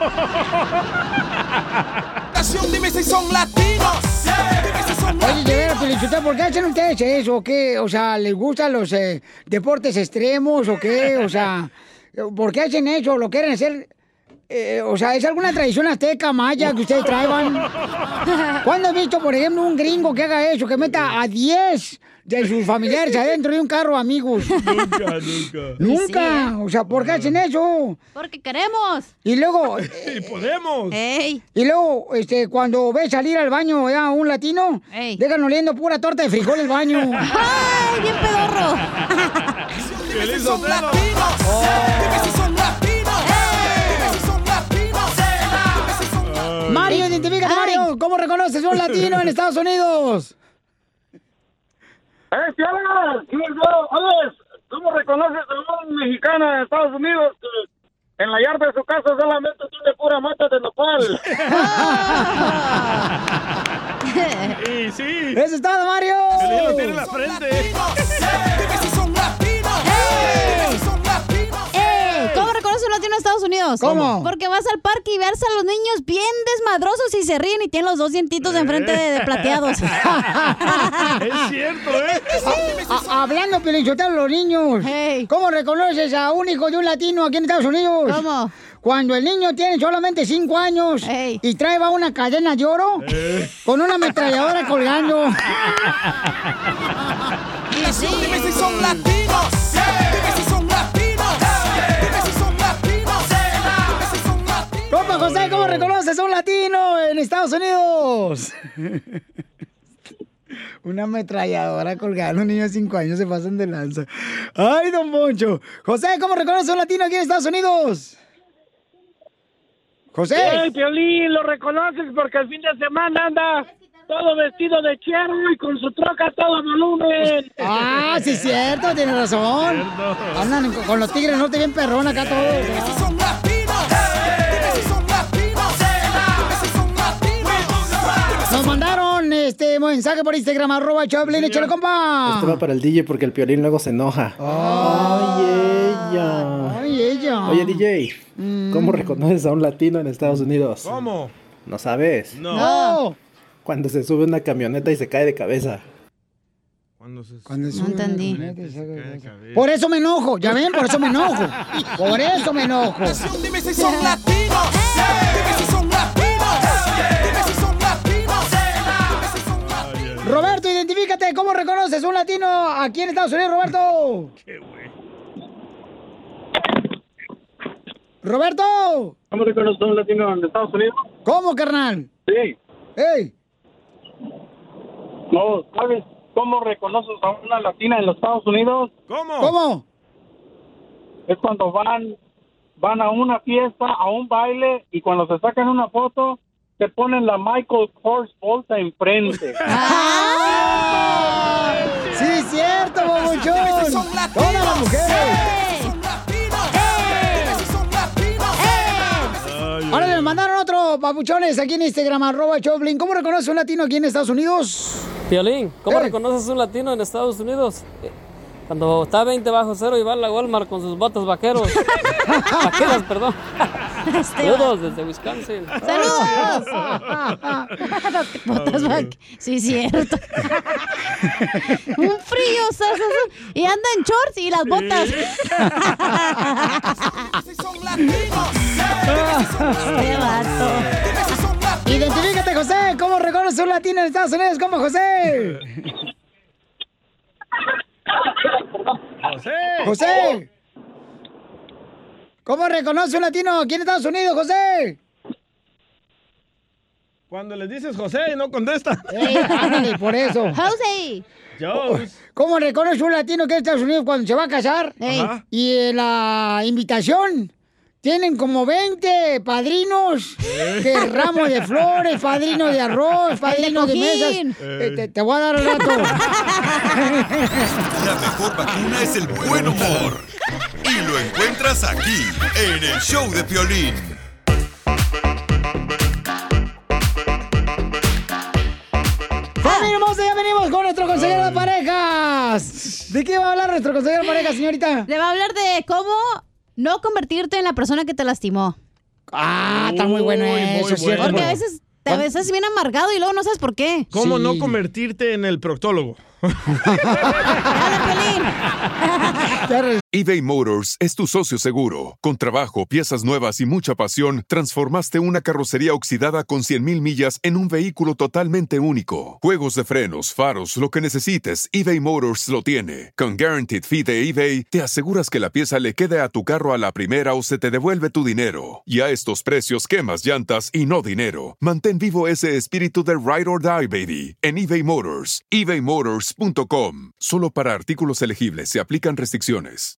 Dime si son latinos. Dime si son
Oye, Llevera, Pelichotelo, ¿por qué hacen ustedes eso? ¿O qué? O sea, ¿les gustan los eh, deportes extremos o qué? O sea, ¿por qué hacen eso? ¿Lo quieren hacer? Eh, o sea, ¿es alguna tradición azteca, maya que ustedes traigan? ¿Cuándo has visto, por ejemplo, un gringo que haga eso, que meta a diez de sus familiares adentro de un carro, amigos?
Nunca, nunca.
Nunca.
Sí, ¿eh?
O sea, ¿por qué hacen eso?
Porque queremos.
Y luego...
Y podemos.
Ey.
Y luego, este, cuando ves salir al baño a un latino,
Ey.
dejan oliendo pura torta de frijol el baño.
¡Ay, bien pedorro!
Dime si son latinos. Dime si son latinos. Dime si son latinos. Dime si son latinos.
Mario, identifícate, Mario. ¿Cómo reconoces a un latino en Estados Unidos?
¡Eh, Piala! ¿Qué pasó? Oye, ¿cómo reconoces a un mexicano en Estados Unidos que en la yarda de su casa solamente tiene pura mata de nopal?
Sí, sí.
¡Eso es todo, Mario!
Piolín lo tiene en la frente.
Dime si son latinos. Dime si son latinos.
¡Eh! ¿Cómo reconoce un latino en Estados Unidos?
¿Cómo?
Porque vas al parque y ves a los niños bien desmadrosos y se ríen y tienen los dos dientitos de enfrente de, de plateados.
Es cierto, ¿eh?
A- a- hablando, Pelichotelo, los niños.
Hey.
¿Cómo reconoces a un hijo de un latino aquí en Estados Unidos?
¿Cómo?
Cuando el niño tiene solamente cinco años
Ey.
y trae va una cadena de oro con una ametralladora colgando.
Dime si son latinos. Dime si son latinos. Dime si son latinos. Dime si son latinos.
Compa José, ¿cómo reconoces a un latino en Estados Unidos? Una ametralladora colgando, un niño de cinco años se pasan de lanza. ¡Ay, don Poncho! José, ¿cómo reconoces a un latino aquí en Estados Unidos? José.
¡Ey, Piolín! Lo reconoces porque el fin de semana anda todo vestido de chero y con su troca a todo volumen.
Ah, sí es cierto, tienes razón. Andan con, con los tigres norte bien perrón acá todos.
Dime si son latinos. Dime si son latinos. Dime si son latinos.
Nos mandaron este mensaje por Instagram, arroba Choplin, échale, compa.
Esto va para el D J porque el Piolín luego se enoja. Ay, ella.
Ay, ella.
Oye, D J, ¿cómo reconoces a un latino en Estados Unidos?
¿Cómo?
¿No sabes?
No.
No.
Cuando se sube una camioneta y se cae de cabeza.
Cuando se...
Cuando
No entendí.
Por eso me enojo, ya ven, por eso me enojo. Por eso me enojo.
Dime si son latinos. Dime si son latinos. Dime si son latinos. Dime si son latinos.
Roberto, identifícate, ¿cómo reconoces un latino aquí en Estados Unidos, Roberto?
Qué güey.
¡Roberto!
¿Cómo reconoces a un latino en Estados Unidos?
¿Cómo, carnal?
Sí.
¡Ey!
No, ¿sabes cómo reconoces a una latina en los Estados Unidos?
¿Cómo?
¿Cómo?
Es cuando van van a una fiesta, a un baile, y cuando se sacan una foto, te ponen la Michael Kors bolsa enfrente.
¡Ah! ¡Sí, cierto, babuchón! ¡Todas las mujeres! nos mandaron otro, papuchones, aquí en Instagram, arroba Choplin. ¿Cómo reconoce un latino aquí en Estados Unidos?
Piolín, ¿cómo
Eh.
reconoces un latino en Estados Unidos? Eh, Cuando está veinte bajo cero y va a la Walmart con sus botas vaqueros. Vaqueras, perdón. Saludos desde Wisconsin.
¡Saludos! Botas vac- Sí, cierto. Un frío, ¿sabes? Y anda en shorts y las botas. Este vato.
Identifícate, José. ¿Cómo reconoce un latino en Estados Unidos? ¿Cómo, José?
José.
José. ¿Cómo reconoce un latino aquí en Estados Unidos, José?
Cuando les dices José y no contesta.
Ey, ándale, por eso.
José.
Jones.
¿Cómo reconoce un latino que es de Estados Unidos cuando se va a casar?
Ajá.
Y en la invitación tienen como veinte padrinos, que ramo de flores, padrino de arroz, padrino de mesas. Eh, te, te voy a dar el rato.
La mejor vacuna es el buen humor. Y lo encuentras aquí, en el show de Piolín.
¡Familia hermosa! Ya venimos con nuestro consejero de parejas. ¿De qué va a hablar nuestro consejero de parejas, señorita?
Le va a hablar de cómo no convertirte en la persona que te lastimó.
Ah, está muy bueno eso, es cierto.
Porque a veces te a veces bien amargado y luego no sabes por qué.
¿Cómo
Sí.
no convertirte en el proctólogo?
eBay Motors es tu socio seguro. Con trabajo, piezas nuevas y mucha pasión, transformaste una carrocería oxidada con cien mil millas en un vehículo totalmente único. Juegos de frenos, faros, lo que necesites, eBay Motors lo tiene. Con Guaranteed Fee de eBay, te aseguras que la pieza le quede a tu carro a la primera o se te devuelve tu dinero. Y a estos precios, quemas llantas y no dinero. Mantén vivo ese espíritu de Ride or Die, baby, en eBay Motors. ebay motors punto com. Solo para artículos elegibles se aplican restricciones.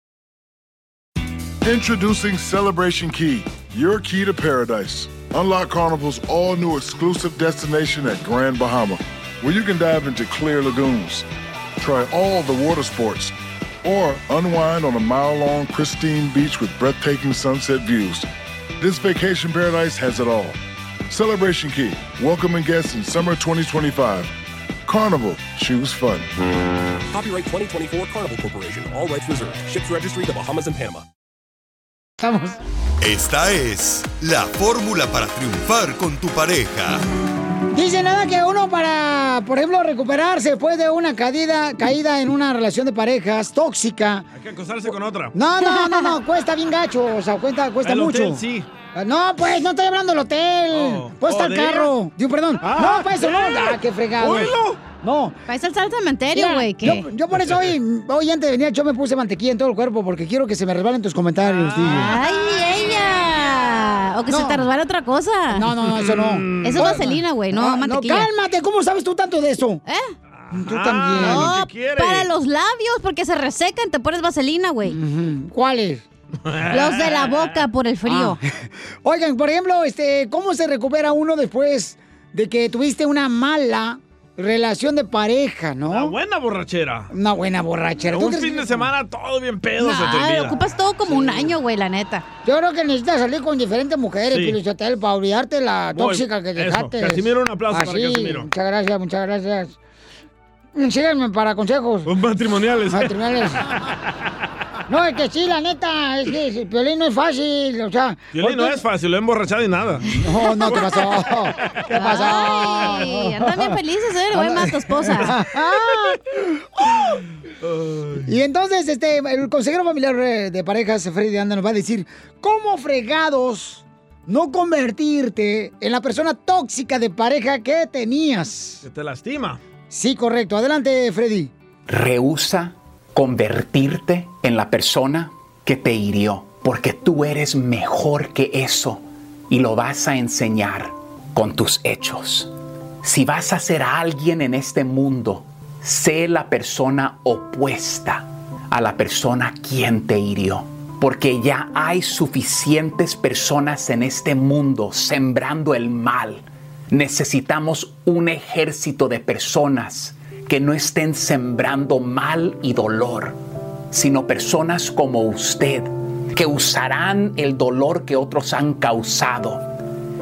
Introducing Celebration Key, your key to paradise. Unlock Carnival's all-new exclusive destination at Grand Bahama, where you can dive into clear lagoons, try all the water sports, or unwind on a mile-long pristine beach with breathtaking sunset views. This vacation paradise has it all. Celebration Key, welcoming guests in summer twenty twenty-five. Carnival, choose fun.
Copyright twenty twenty-four Carnival Corporation. All rights reserved. Ships registry the Bahamas and Panama.
Vamos.
Esta es la fórmula para triunfar con tu pareja.
Dice nada que uno para, por ejemplo, recuperarse después de una caída, caída en una relación de parejas tóxica.
Hay que acostarse con otra.
No, no, no, no, cuesta bien gacho, o sea, cuesta, cuesta
El
mucho.
hotel, sí.
No, pues, no estoy hablando del hotel.
Oh.
Pues está
Oh,
el
¿de
carro.
ella?
Digo, perdón.
Ah.
No, pues eso no. Ah, qué fregado.
Oílo.
No.
Para eso al cementerio,
Mira,
güey. ¿qué?
Yo, yo por eso hoy, hoy antes de venir yo me puse mantequilla en todo el cuerpo porque quiero que se me resbalen tus comentarios,
Ay, ella. O que
No.
se te resbale otra cosa.
No, no, no, eso no.
Eso es vaselina, güey, no
Ah,
mantequilla.
cálmate, ¿cómo sabes tú tanto de eso?
¿Eh?
Tú también.
No, para los labios, porque se resecan, te pones vaselina, güey.
¿Cuáles?
Los de la boca por el frío.
Ah. Oigan, por ejemplo, este, ¿cómo se recupera uno después de que tuviste una mala relación de pareja, no?
Una buena borrachera.
Una buena borrachera. ¿Tú
Un
crees
fin
que-
de semana todo bien pedo se te
Ah,
olvida.
ocupas todo como un año, güey, la neta.
Yo creo que necesitas salir con diferentes mujeres,
Sí.
Pilichotel, para olvidarte la
Muy-
tóxica que
eso.
dejaste.
Casimiro, un aplauso para
Así,
Casimiro.
muchas gracias, muchas gracias. Síganme para consejos.
Matrimoniales.
Matrimoniales. No, es que sí, la neta, es que el Piolín no es fácil, o sea...
Piolín, no
porque-
es fácil, lo he emborrachado y nada.
No, no, ¿qué pasó? ¿Qué pasó?
Ay, andan bien felices, ¿eh? Le voy a matar a tu esposa.
Y entonces, este, el consejero familiar eh, de parejas, Freddy Anda, nos va a decir cómo fregados no convertirte en la persona tóxica de pareja que tenías.
Que te lastima.
Sí, correcto. Adelante, Freddy.
Rehúsa convertirte en la persona que te hirió, porque tú eres mejor que eso y lo vas a enseñar con tus hechos. Si vas a ser alguien en este mundo, sé la persona opuesta a la persona quien te hirió, porque ya hay suficientes personas en este mundo sembrando el mal. Necesitamos un ejército de personas que no estén sembrando mal y dolor, sino personas como usted, que usarán el dolor que otros han causado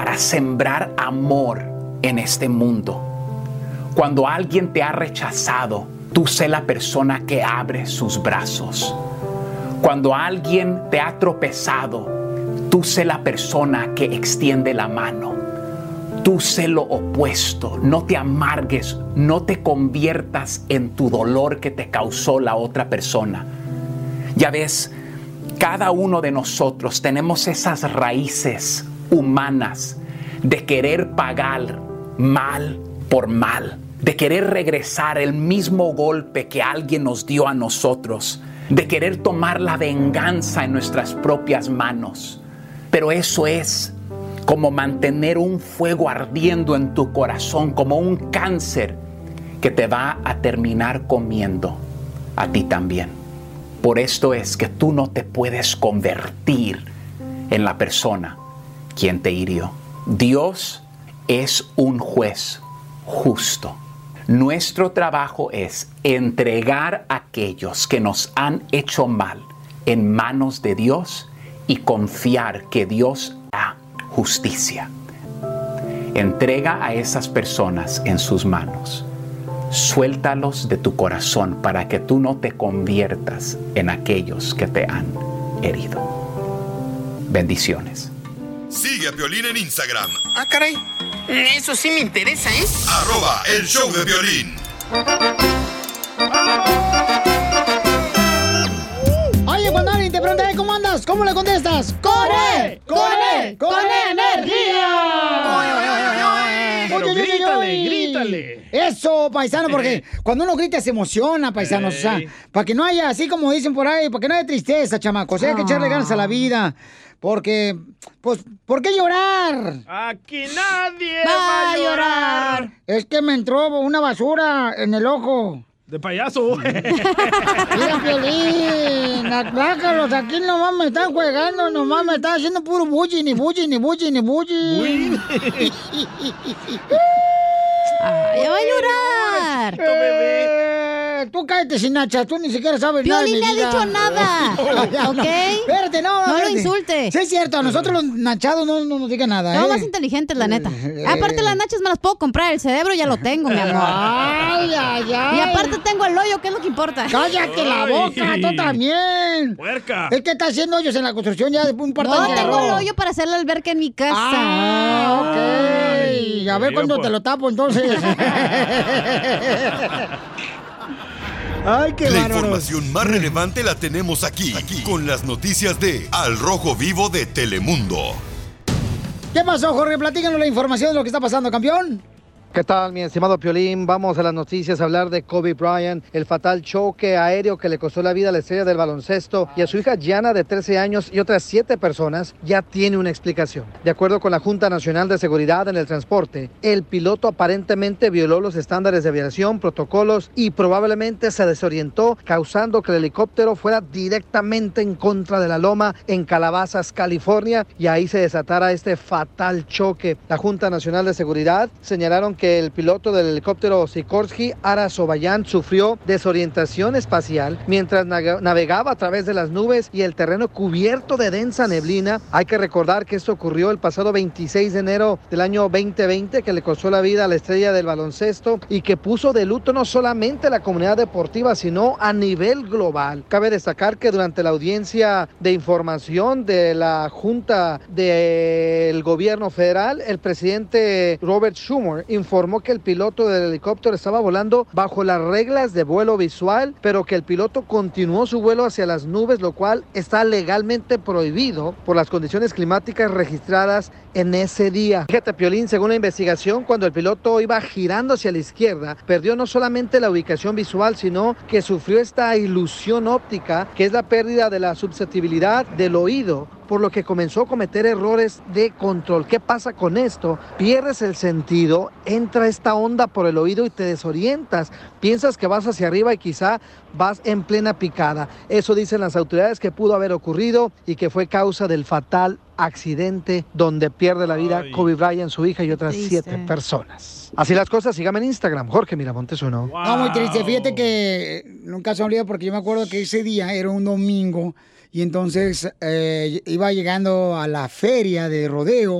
para sembrar amor en este mundo. Cuando alguien te ha rechazado, tú sé la persona que abre sus brazos. Cuando alguien te ha tropezado, tú sé la persona que extiende la mano. Tú sé lo opuesto. No te amargues, no te conviertas en tu dolor que te causó la otra persona. Ya ves, cada uno de nosotros tenemos esas raíces humanas de querer pagar mal por mal, de querer regresar el mismo golpe que alguien nos dio a nosotros, de querer tomar la venganza en nuestras propias manos. Pero eso es como mantener un fuego ardiendo en tu corazón, como un cáncer que te va a terminar comiendo a ti también. Por esto es que tú no te puedes convertir en la persona quien te hirió. Dios es un juez justo. Nuestro trabajo es entregar a aquellos que nos han hecho mal en manos de Dios y confiar que Dios hará justicia. Entrega a esas personas en sus manos. Suéltalos de tu corazón para que tú no te conviertas en aquellos que te han herido. Bendiciones.
Sigue a Piolín en Instagram.
Ah, caray. Eso sí me interesa, ¿eh?
Arroba el show de Piolín.
Oye, cuando alguien te pregunta, ¿cómo andas? ¿Cómo le contestas? ¡Con él! ¡Con él! ¡Con energía!
Pero
Oye, oye,
grítale,
oye.
grítale.
Eso, paisano, porque cuando uno grita se emociona, paisanos. O sea, para que no haya, así como dicen por ahí, para que no haya tristeza, chamacos. Hay que echarle ganas a la vida. Porque, pues, ¿por qué llorar?
Aquí nadie
Va
va
a
a llorar.
Es que me entró una basura en el ojo.
De payaso.
Mira, Piolín, aclácalos, aquí nomás me están juegando, nomás me están haciendo puro bullying, ni bullying, ni bullying, ni bullying.
Ay, ya va a llorar.
Eh, tú cállate, Sinacha, tú ni siquiera sabes nada de mi
Piolín no ha
vida.
dicho nada, ¿ok?
Espérate, no,
No lo
espérate.
insulte.
Sí, es cierto, a nosotros los nachados no, no nos digan nada,
No,
¿eh?
más inteligentes, la neta. Aparte, las nachas me las puedo comprar. El cerebro ya lo tengo, mi amor.
Ay, ay, ay.
Y aparte tengo el hoyo, que es lo que importa.
¡Cállate la boca, tú también!
¡Puerca!
Es que está haciendo hoyos en la construcción ya de un par de
No,
años.
tengo el hoyo para hacer la alberca en mi casa.
Ah, ok. A ver cuándo te lo tapo, entonces. Ay, qué
La
bárbaros.
información más relevante la tenemos aquí, aquí, con las noticias de Al Rojo Vivo de Telemundo.
¿Qué pasó, Jorge? Platícanos la información de lo que está pasando, campeón.
¿Qué tal, mi estimado Piolín? Vamos a las noticias a hablar de Kobe Bryant, el fatal choque aéreo que le costó la vida a la estrella del baloncesto y a su hija Gianna de trece años y otras siete personas, ya tiene una explicación. De acuerdo con la Junta Nacional de Seguridad en el Transporte, el piloto aparentemente violó los estándares de aviación, protocolos y probablemente se desorientó, causando que el helicóptero fuera directamente en contra de la loma en Calabazas, California, y ahí se desatara este fatal choque. La Junta Nacional de Seguridad señalaron que el piloto del helicóptero Sikorsky, Ara Sobayan, sufrió desorientación espacial mientras navegaba a través de las nubes y el terreno cubierto de densa neblina. Hay que recordar que esto ocurrió el pasado veintiséis de enero del año veinte veinte, que le costó la vida a la estrella del baloncesto y que puso de luto no solamente a la comunidad deportiva, sino a nivel global. Cabe destacar que durante la audiencia de información de la Junta del Gobierno Federal, el presidente Robert Schumer informó informó que el piloto del helicóptero estaba volando bajo las reglas de vuelo visual, pero que el piloto continuó su vuelo hacia las nubes, lo cual está legalmente prohibido por las condiciones climáticas registradas en ese día. Fíjate, Piolín, según la investigación, cuando el piloto iba girando hacia la izquierda, perdió no solamente la ubicación visual, sino que sufrió esta ilusión óptica, que es la pérdida de la susceptibilidad del oído, por lo que comenzó a cometer errores de control. ¿Qué pasa con esto? Pierdes el sentido, entra esta onda por el oído y te desorientas. Piensas que vas hacia arriba y quizá vas en plena picada. Eso dicen las autoridades que pudo haber ocurrido y que fue causa del fatal accidente donde pierde la vida Ay. Kobe Bryant, su hija y otras triste. siete personas. Así las cosas, síganme en Instagram, Jorge Miramontes uno.
Wow. No, muy triste. Fíjate que nunca se me olvida porque yo me acuerdo que ese día era un domingo y entonces eh, iba llegando a la feria de rodeo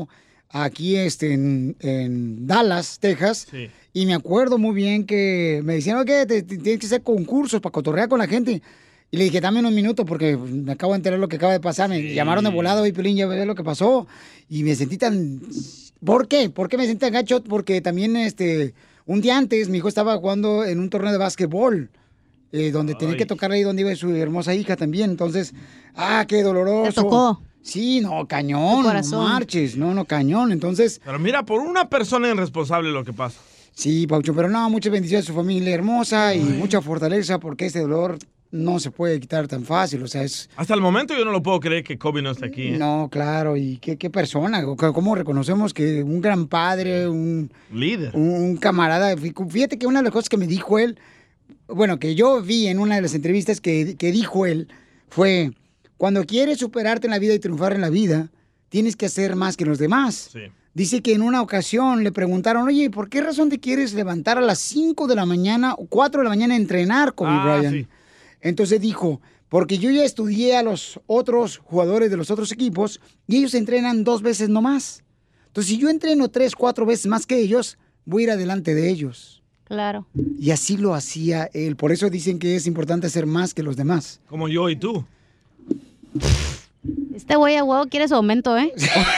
aquí este, en, en Dallas, Texas.
Sí.
Y me acuerdo muy bien que me decían, oye, te- te- tienes que hacer concursos para cotorrear con la gente. Y le dije, dame unos minutos porque me acabo de enterar lo que acaba de pasar. Me llamaron de volado, oye, Piolín, ya ves lo que pasó. Y me sentí tan... ¿Por qué? ¿Por qué me sentí tan gacho? Porque también, este, un día antes, mi hijo estaba jugando en un torneo de básquetbol. Eh, donde tenía que tocarle ahí donde iba su hermosa hija también. Entonces, ah, qué doloroso.
¿Te tocó?
Sí, no, cañón,
Tu
no
corazón.
marches, no, no, cañón. Entonces,
Pero mira, por una persona irresponsable lo que pasa.
sí, Paucho, pero no, muchas bendiciones a su familia hermosa y mucha fortaleza porque este dolor no se puede quitar tan fácil, o sea, es...
Hasta el momento yo no lo puedo creer que Kobe no esté aquí. ¿eh?
No, claro, y qué, qué persona, o sea, cómo reconocemos que un gran padre, un,
Líder.
un, un camarada, fíjate que una de las cosas que me dijo él, bueno, que yo vi en una de las entrevistas que, que dijo él, fue, cuando quieres superarte en la vida y triunfar en la vida, tienes que hacer más que los demás.
Sí.
Dice que en una ocasión le preguntaron, oye, ¿por qué razón te quieres levantar a las cinco de la mañana o cuatro de la mañana a entrenar, Kobe
Ah,
Bryant?
sí.
Entonces dijo, porque yo ya estudié a los otros jugadores de los otros equipos y ellos entrenan dos veces nomás. Entonces, si yo entreno tres, cuatro veces más que ellos, voy a ir adelante de ellos.
Claro.
Y así lo hacía él. Por eso dicen que es importante hacer más que los demás.
Como yo y tú.
Este güey a huevo quiere su aumento, ¿eh?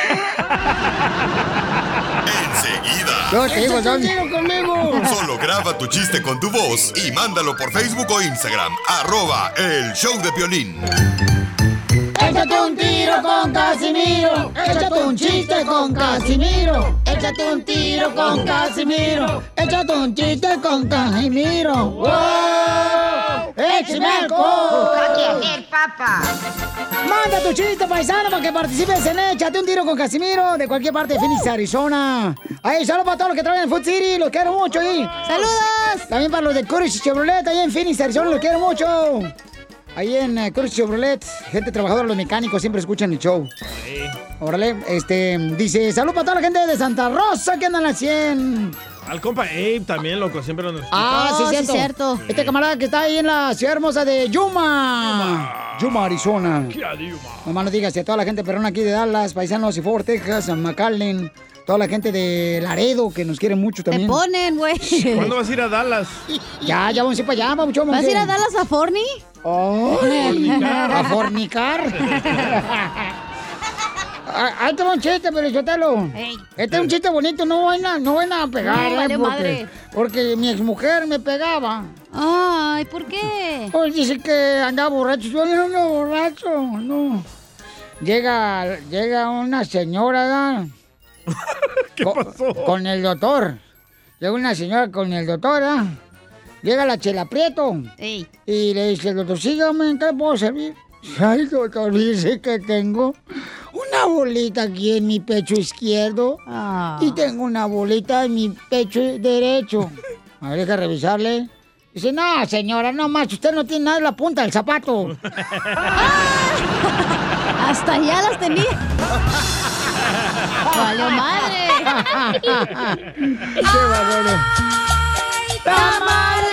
Enseguida.
Yo te digo, Don.
conmigo. Solo graba tu chiste con tu voz y mándalo por Facebook o Instagram. Arroba El Show de Piolín.
Échate un tiro con Casimiro. Échate un chiste con Casimiro. Échate un tiro con Casimiro. Échate un chiste con Casimiro. ¡Wow! ¡Échame alcohol!
el papa.
Manda tu chiste, paisano, para que participes en Échate un tiro con Casimiro de cualquier parte de Phoenix, Arizona. Ahí, saludos para todos los que trabajan en Food City, los quiero mucho ahí.
¡Saludos!
También para los de Courage Chevrolet, ahí en Phoenix, Arizona, los quiero mucho. Ahí en uh, Courage Chevrolet, gente trabajadora, los mecánicos siempre escuchan el show.
Sí.
Órale, este, dice, salud para toda la gente de Santa Rosa que andan al cien.
Al compa Abe también, loco, siempre nos escucha.
Ah, sí,
Oh, sí,
cierto.
cierto.
Este camarada que está ahí en la ciudad hermosa de Yuma. Yuma, Arizona.
¿Qué adiós?
Nomás no digas, y a toda la gente perrona aquí de Dallas, paisanos y Fort Texas, McAllen, toda la gente de Laredo que nos quiere mucho
Te
también.
ponen, güey.
¿Cuándo vas a ir a Dallas?
Ya, ya vamos a ir para allá, vamos, mucho.
¿Vas a ir a Dallas a Forni?
Fornicar. A fornicar. Ah, ahí te va un chiste, pero Sotelo.
Ey.
Este es un chiste bonito, no van a, no van a pegar,
No,
eh,
vale
porque,
madre.
porque mi exmujer me pegaba.
Ay, ¿por qué?
Pues dice que andaba borracho. Yo no ando borracho, no. Llega, llega una señora, ¿verdad?
¿Qué
Co-
pasó?
Con el doctor. Llega una señora con el doctor, ¿ah? Llega la Chela Prieto.
Ey.
Y le dice, doctor, sígame, ¿en qué puedo servir? Ay, doctor, dice que tengo una bolita aquí en mi pecho izquierdo
Ah.
y tengo una bolita en mi pecho derecho. A ver, deja revisarle. Dice, no, señora, no más, usted no tiene nada en la punta del zapato.
Hasta allá las tenía. ¡Valió madre!
¡Qué bárbaro! ¡Tamales!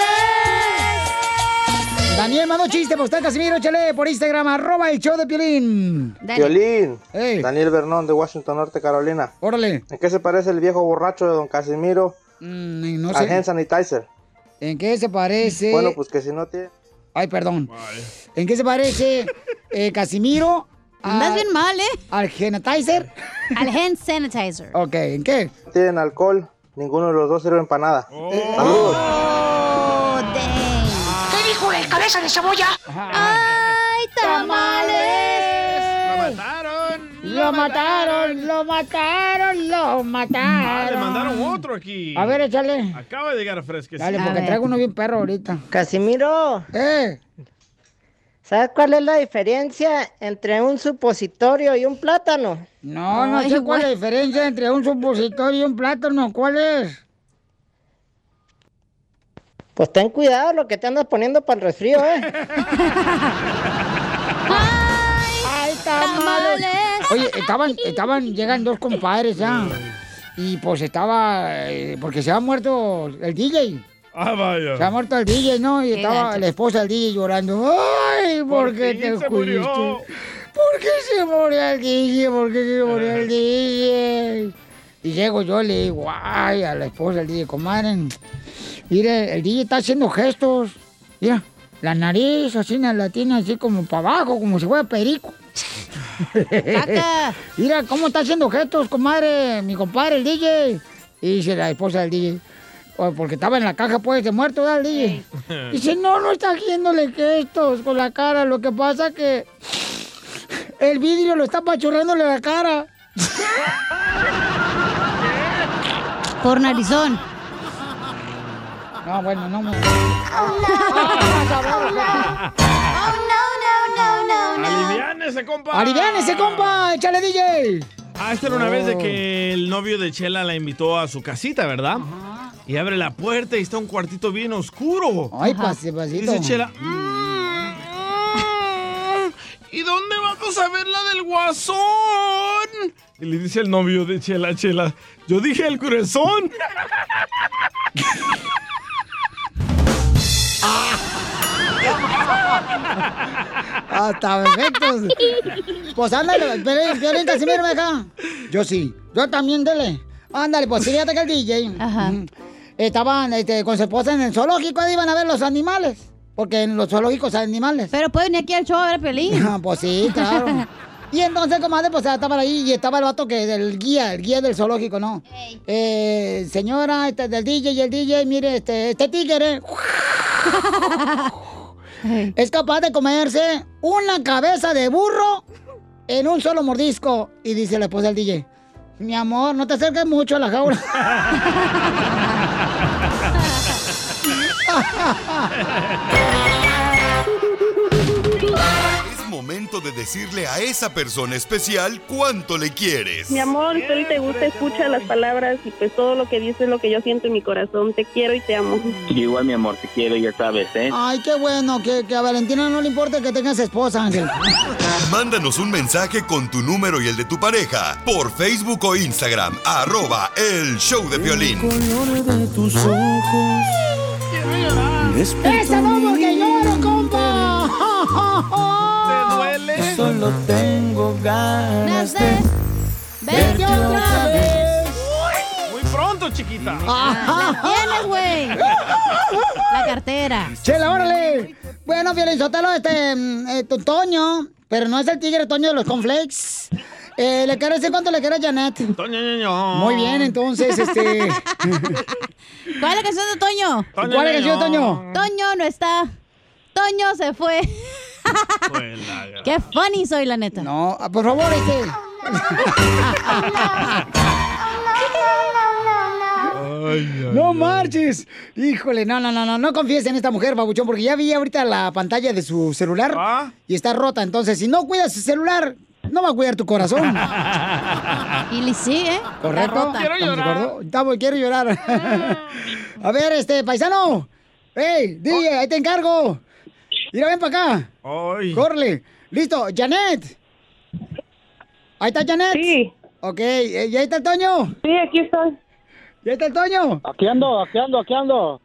Daniel mandó chiste para usted, Casimiro, échale por Instagram, arroba el show de Piolín.
Violín,
Ey.
Daniel Bernón de Washington, Norte Carolina.
Órale.
¿En qué se parece el viejo borracho de don Casimiro
Mm, no
al
sé.
hand sanitizer?
¿En qué se parece?
Bueno, pues que si no tiene...
Ay, perdón. ¿En qué se parece eh, Casimiro?
Andas
al-
bien mal, ¿eh?
¿Al sanitizer?
Al hand sanitizer.
Ok, ¿en qué?
tienen alcohol, ninguno de los dos sirven para nada. Saludos.
Oh, dang.
¿Qué dijo el cabeza de cebolla?
¡Ay, tamales!
¡Lo mataron!
Lo mataron, lo mataron, lo
Ah,
mataron.
le mandaron otro aquí.
A ver, échale.
Acaba de llegar fresquecito.
Dale,
A
porque
ver.
traigo uno bien perro ahorita.
Casimiro,
¿Eh?
¿sabes cuál es la diferencia entre un supositorio y un plátano?
No, no
Ay,
sé cuál es la
güey.
diferencia entre un supositorio y un plátano. ¿Cuál es?
Pues ten cuidado lo que te andas poniendo para el resfrío, ¿eh?
¡Ay, tamales!
tamales!
Oye, estaban, estaban, llegan dos compadres ya. Y pues estaba, eh, porque se ha muerto el D J.
Ah, vaya.
Se ha muerto el D J, ¿no? Y
Qué
estaba
gacho.
la esposa del D J llorando. ¡Ay, por,
¿Por
qué
fin
te
se
fuiste!
murió?
¿Por qué se murió el D J? ¿Por qué se murió el D J? Y llego yo y le digo, ay, a la esposa del D J, comadre, mire, el D J está haciendo gestos. Mira, la nariz así la tiene así como para abajo, como si fuera perico. Mira cómo está haciendo gestos, comadre, mi compadre, el D J. Y dice la esposa del D J, porque estaba en la caja pues de muerto, ¿verdad, el D J? Dice, no, no está haciéndole gestos con la cara. Lo que pasa que el vidrio lo está apachurrándole la cara.
Por narizón.
No, bueno, no me...
¡Aliviánese, compa!
¡Aliviánese, compa! ¡Échale, D J!
Ah, esta era una oh. vez de que el novio de Chela la invitó a su casita, ¿verdad? Ajá. Y abre la puerta y está un cuartito bien oscuro.
Ay, pase, pasito.
Dice Chela, mmm, ¿y dónde vamos a ver la del Guasón? Y le dice el novio de Chela, Chela, yo dije el corazón.
Hasta efectos. Pues ándale, Piolín, Casimiro, acá. Yo sí, yo también, dele. Ándale, pues fíjate que el D J Ajá. estaban este, con su esposa en el zoológico, ahí iban a ver los animales. Porque en los zoológicos hay animales.
Pero pueden venir aquí al show a ver Piolín.
Pues sí, claro. Y entonces, comadre, pues estaban ahí y estaba el vato que del guía, el guía del zoológico, ¿no? Hey. Eh, señora, este, del D J y el D J, mire, este, este tigre hey. es capaz de comerse una cabeza de burro en un solo mordisco. Y dice la esposa del D J, mi amor, no te acerques mucho a la jaula.
Momento de decirle a esa persona especial cuánto le quieres.
Mi amor, si hoy te gusta, escucha las palabras y pues todo lo que dices es lo que yo siento en mi corazón. Te quiero y te amo.
Igual, mi amor, te quiero, ya sabes, ¿eh?
Ay, qué bueno, que, que a Valentina no le importa que tengas esposa, Ángel.
Mándanos un mensaje con tu número y el de tu pareja por Facebook o Instagram, arroba el show de Piolín.
El color de tus ojos.
¡Esa no, porque lloro, compa!
duele. Solo tengo ganas de
verte otra vez.
Muy pronto, chiquita.
La tienes, güey. La cartera.
Chela, órale. Bueno, Piolín-Sotelo, este, eh, tu Toño, pero no es el tigre Toño de los cornflakes. Eh, ¿Le quiere decir cuánto le quiere a Janet?
Toño, ñoño.
Muy bien, entonces, este...
¿Cuál es la canción de Toño?
Toño ¿Cuál es la canción de Toño?
Toño no está. Toño se fue. Qué funny soy, la neta.
No, por favor, este. Ay, ay, no marches. Híjole, no, no, no, no, no confíes en esta mujer, babuchón, porque ya vi ahorita la pantalla de su celular ¿Ah? y está rota. Entonces, si no cuidas su celular, no va a cuidar tu corazón.
Y sí, ¿eh?
Correcto.
Quiero llorar.
Estamos, quiero llorar. A ver, este, paisano. Hey, D J, ahí te encargo. Mira, ven para acá.
Ay.
Corre. Listo, Janet. ¿Ahí está Janet?
Sí.
Ok, ¿y ahí está el Toño?
Sí, aquí estoy.
¿Y ahí está el Toño?
Aquí ando, aquí ando, aquí ando.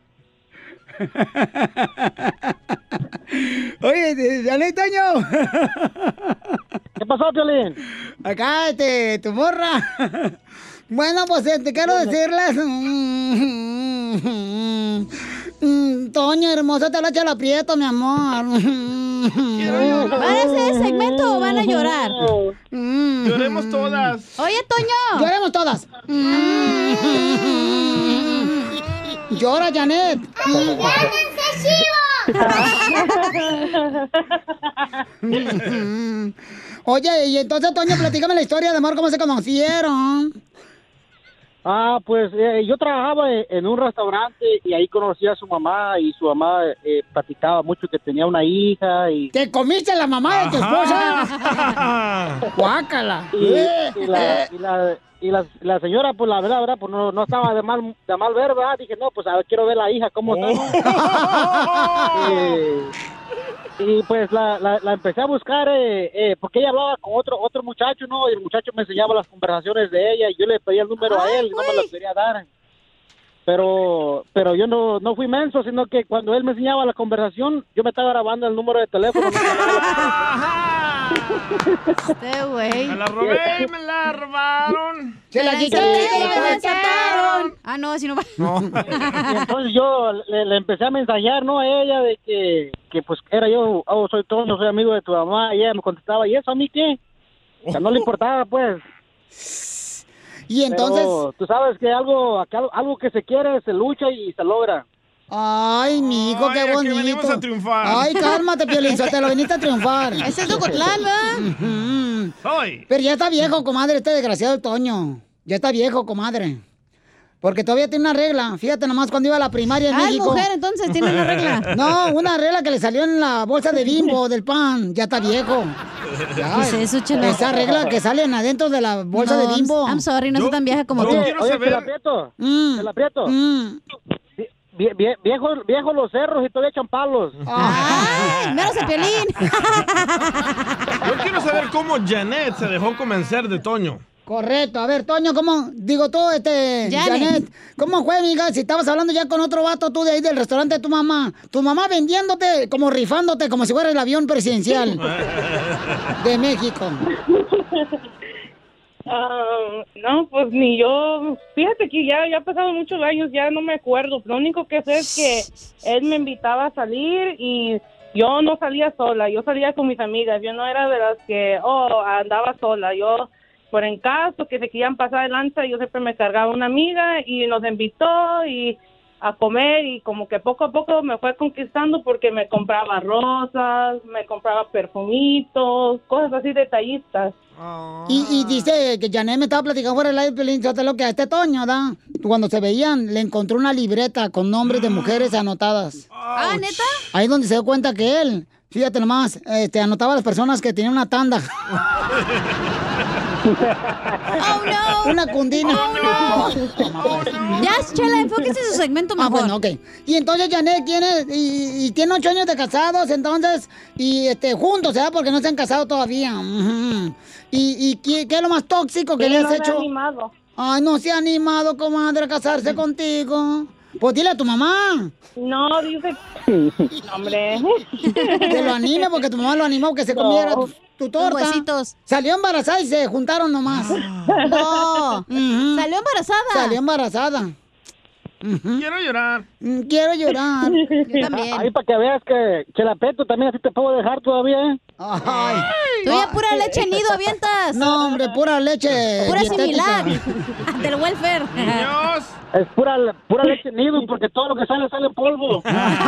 Oye, Janet, Toño.
¿Qué pasó, Piolín?
Acá, este, tu morra. Bueno, pues te quiero decirles... Toño, hermosa, te la echa la aprieto, mi amor.
¿Van a hacer segmento o van a llorar?
Lloremos todas.
Oye, Toño.
Lloremos todas. Llora, Janet. Oye, y entonces, Toño, platícame la historia de amor, cómo se conocieron.
Ah, pues eh, yo trabajaba en un restaurante y ahí conocí a su mamá y su mamá eh, platicaba mucho que tenía una hija y...
¿Te comiste la mamá de tu esposa? ¡Guácala!
Y, y, la, y, la, y la, la señora, pues la verdad, verdad pues no, no estaba de mal, de mal ver, ¿verdad? Dije, no, pues a ver, quiero ver la hija, cómo está. eh, y pues la, la, la empecé a buscar eh, eh, porque ella hablaba con otro otro muchacho, ¿no? Y el muchacho me enseñaba las conversaciones de ella y yo le pedía el número Ay, a él y no me lo quería dar. Pero pero yo no, no fui menso, sino que cuando él me enseñaba la conversación, yo me estaba grabando el número de teléfono. No
Este güey.
Me la robé y me la robaron.
Se la quité y me la
sacaron. Ah, no, así no va.
Y entonces yo le, le empecé a mensajear, ¿no? A ella de que, que pues era yo, oh, soy Toño, soy amigo de tu mamá. Y ella me contestaba, ¿y eso a mí qué? O sea, no le importaba, pues.
Y entonces...
Pero tú sabes que algo, acá- algo que se quiere se lucha y se logra.
Ay, mi hijo, qué
Ay, aquí
bonito.
venimos a triunfar.
Ay, cálmate, Piolín, te lo viniste a triunfar.
Ese es Ocotlán, ¿verdad?
Ujú.
Soy.
Pero ya está viejo, comadre, este desgraciado Toño. Ya está viejo, comadre. Porque todavía tiene una regla. Fíjate nomás cuando iba a la primaria en
Ah, es
México.
mujer, entonces, tiene una regla.
No, una regla que le salió en la bolsa de Bimbo del pan. Ya está viejo. Ya,
¿Qué es eso, Chela?
Esa regla que salen adentro de la bolsa
No,
de Bimbo.
I'm sorry, no soy tan vieja como tú.
Oye, oye, te la aprieto.
Mm.
Te la aprieto.
Mm.
Vie- vie- viejos, viejos los cerros y todavía echan palos.
¡Ay, menos el Piolín!
Yo quiero saber cómo Janet se dejó convencer de Toño.
Correcto. A ver, Toño, ¿cómo? Digo tú, este,
Janet.
Janet, ¿cómo fue, amiga? Si estabas hablando ya con otro vato tú de ahí del restaurante de tu mamá. Tu mamá vendiéndote, como rifándote, como si fuera el avión presidencial de México.
Ah, no, pues ni yo. Fíjate que ya, ya han pasado muchos años, ya no me acuerdo. Lo único que sé es que él me invitaba a salir y yo no salía sola, yo salía con mis amigas. Yo no era de las que, oh, andaba sola. Yo, por en caso que se querían pasar de lanza, yo siempre me cargaba una amiga y nos invitó y a comer y como que poco a poco me fue conquistando porque me compraba rosas, me compraba perfumitos, cosas así detallistas.
Y, y dice que Janet me estaba platicando fuera del aire, Pelín, lo que a este Toño, ¿da? Cuando se veían, le encontró una libreta con nombres de mujeres anotadas.
Ah, ¿neta?
Ahí es donde se dio cuenta que él, fíjate nomás, este, anotaba a las personas que tenían una tanda.
¡Oh, no!
Una cundina.
¡Oh, no! Ya, Chela, enfóquese en su segmento mejor.
Ah, bueno, ok. Y entonces Janet tiene, y, y tiene ocho años de casados, entonces, y este, juntos, ¿verdad? Porque no se han casado todavía. Ujú. ¿Y, y qué, qué es lo más tóxico que
Sí,
le has
no me he
hecho?
animado.
Ay, no se ha animado, comadre, a casarse contigo. Pues dile a tu mamá.
No, dice... No, hombre.
Que lo anime porque tu mamá lo animó que se comiera tu, tu torta.
Tus huesitos.
Salió embarazada y se juntaron nomás.
No.
Ujú.
Salió embarazada.
Salió embarazada. Ujú.
Quiero llorar.
Mm, Quiero llorar.
Yo también.
Ahí para que veas que Chelapeto también así te puedo dejar todavía, ¿eh?
Ay.
Tú ya pura leche nido avientas.
No, hombre, pura leche.
Pura
dietética.
similar. Del welfare.
Niños.
Es pura, pura leche nido porque todo lo que sale sale en polvo.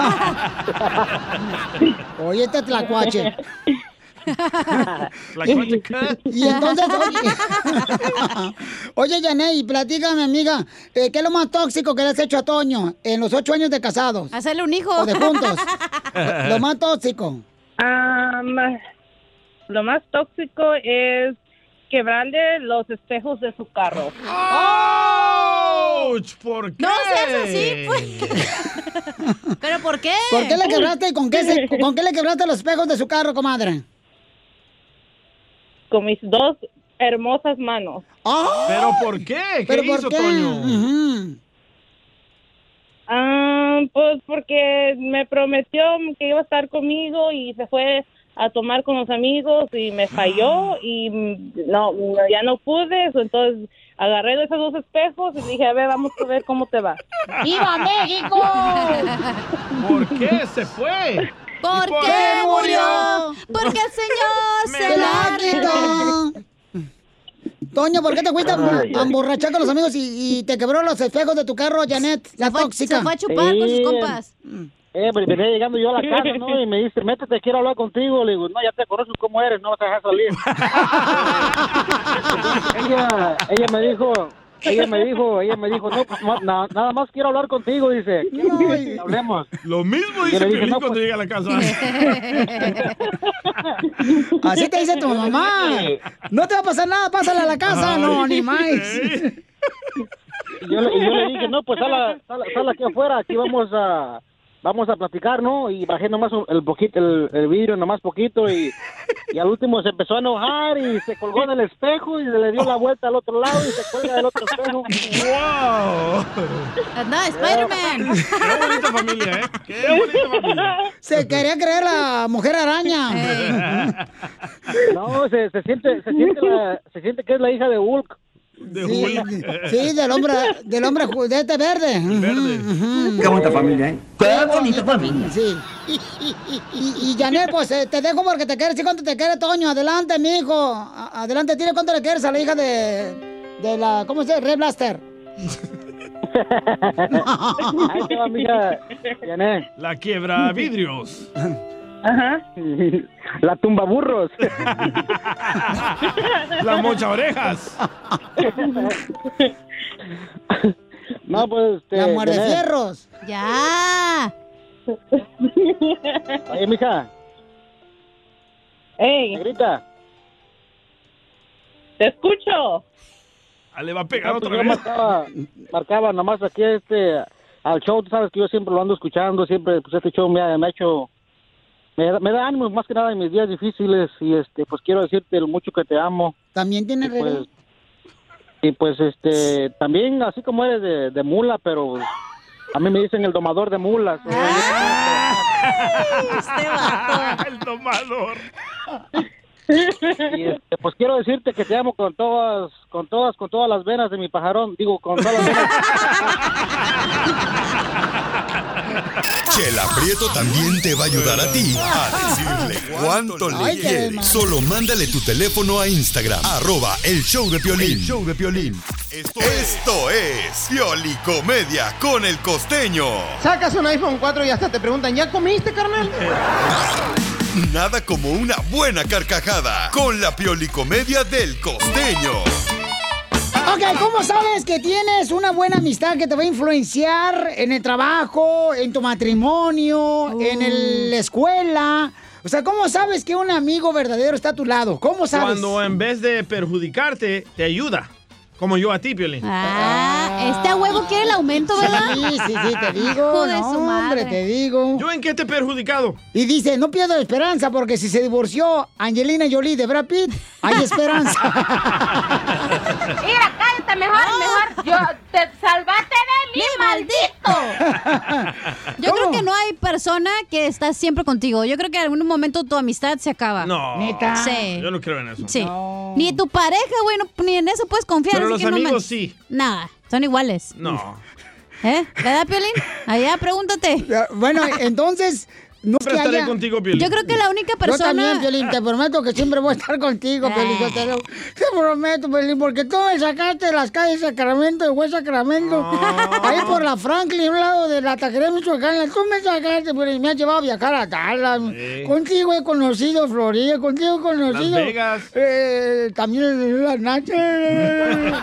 Oye, este tlacuache.
La coche, ¿qué?
Y entonces, oye, oye, Janet, y platícame, amiga, eh, ¿qué es lo más tóxico que le has hecho a Toño en los ocho años de casados?
Hacerle un hijo.
O de juntos. Lo más tóxico.
Ah, ma- lo más tóxico es quebrarle los espejos de su carro.
¡Auch! ¿Por qué?
No seas así, pues. ¿Pero por qué?
¿Por qué le quebraste y con qué, se- con qué le quebraste los espejos de su carro, comadre?
Con mis dos hermosas manos.
¡Ah!
¿Pero por qué? ¿Qué
¿Pero por
hizo
qué?
Toño?
Ujú.
Ah, pues porque me prometió que iba a estar conmigo y se fue a tomar con los amigos y me falló y mm, no, no, ya no pude, so, entonces agarré de esos dos espejos y dije, a ver, vamos a ver cómo te va.
¡Viva México!
¿Por qué se fue?
¿Por
¿Y por
qué
qué
murió?
murió?
Porque el Señor
Me
se
¡Se
la
la quitó! Toño, ¿por qué te fuiste a embo- a emborrachar con los amigos y, y te quebró los espejos de tu carro, Janet? La
Se fue,
tóxica.
se fue a chupar con sus
Sí.
compas.
Eh, pero venía llegando yo a la casa, ¿no? Y me dice, métete, quiero hablar contigo. Le digo, no, ya te conozco cómo eres, no vas a dejar salir. ella, ella me dijo, ella me dijo, ella me dijo, no, pues no, na- nada más quiero hablar contigo, dice.
Ay.
Hablemos.
Lo mismo
Yo
dice
le dije,
Piolín
no,
cuando
pues-
llega a la casa.
Así te dice tu mamá. No te va a pasar nada, pásale a la casa.
Ay.
No, ni más.
Y yo, le- y yo le dije, no, pues sal, a- sal, sal aquí afuera, aquí vamos a... vamos a platicar, ¿no? Y bajé nomás el poquito, el, el vidrio nomás poquito y, y al último se empezó a enojar y se colgó del espejo y se le dio la vuelta al otro lado y se cuelga del otro espejo.
¡Wow!
No, Spider-Man.
¡Qué bonita familia, eh! ¡Qué bonita familia!
Se quería creer la mujer araña.
No, se, se siente, se siente, la, se siente que es la hija de Hulk.
De
Sí,
Hulk.
sí, del hombre, del hombre ju- de este verde.
Verde.
Qué bonita familia, ¿eh? Qué bonita familia.
Sí. Y, y Janet, pues eh, te dejo porque te quieres. ¿Sí cuánto te quiere, Toño? Adelante, mijo. A- Adelante, dile cuánto le quieres a la hija de, de la, ¿cómo se llama? Red Blaster.
Ahí te va, mija, Janet.
La quiebra vidrios.
Ajá. La tumba burros.
La mocha orejas.
No, pues este.
La muerde
Janet.
fierros.
Ya.
Oye, mija.
¡Ey!
Negrita.
¡Te escucho!
Ah, le va a pegar
No, pues
otra
yo
vez.
marcaba, marcaba nomás aquí este al show, tú sabes que yo siempre lo ando escuchando, siempre pues este show me ha, me ha hecho me, da- me da ánimo más que nada en mis días difíciles y este pues quiero decirte lo mucho que te amo.
También tiene
Y pues,
regla.
y pues este también así como eres de, de mula, pero a mí me dicen el domador de mulas.
Este vato.
El domador.
Y este, pues quiero decirte que te amo con todas, con todas, con todas las venas de mi pajarón. Digo, con todas las venas.
Chela Prieto también te va a ayudar a ti a decirle cuánto le
Ay, qué
quieres.
mal.
Solo mándale tu teléfono a Instagram, arroba el show de Piolín. El show de Piolín. Esto, Esto es Piolicomedia con el Costeño.
Sacas un iPhone cuatro y hasta te preguntan, ¿ya comiste, carnal?
Nada como una buena carcajada con la Piolicomedia del Costeño.
Ok, ¿cómo sabes que tienes una buena amistad que te va a influenciar en el trabajo, en tu matrimonio, en el- la escuela? O sea, ¿cómo sabes que un amigo verdadero está a tu lado? ¿Cómo sabes?
Cuando en vez de perjudicarte, te ayuda. Como yo a ti, Piolín.
Ah, este a huevo quiere el aumento, ¿verdad?
Sí, sí, sí, te digo.
Hijo de
no,
su madre.
hombre, te digo.
¿Yo en qué te he perjudicado?
Y dice, no pierdo esperanza porque si se divorció Angelina Jolie de Brad Pitt, hay esperanza.
Mira, cállate mejor, mejor. Yo te salvaste de mí, maldito.
Yo creo que no hay persona que está siempre contigo. Yo creo que en algún momento tu amistad se acaba.
No.
Neta.
Sí.
Yo no creo en eso.
Sí. Ni tu pareja, güey, no- ni en eso puedes confiar.
Pero
así
los
que no
amigos
manches.
sí.
Nada, son iguales.
No.
¿Eh? ¿Verdad, Piolín? Allá, pregúntate.
Bueno, entonces... No es
Siempre
que
estaré
haya-
contigo, Piolín.
Yo creo que la única persona...
Yo también, Piolín, te prometo que siempre voy a estar contigo, Piolín. Yo te, lo- te prometo, Piolín, porque tú me sacaste de las calles de Sacramento, de West Sacramento, ahí por la Franklin, a un lado de la taquería Michoacán. Tú me sacaste, Piolín, me has llevado a viajar a Dallas.
Sí.
Contigo he conocido Florida, contigo he conocido...
Las Vegas.
Eh, también las nachas.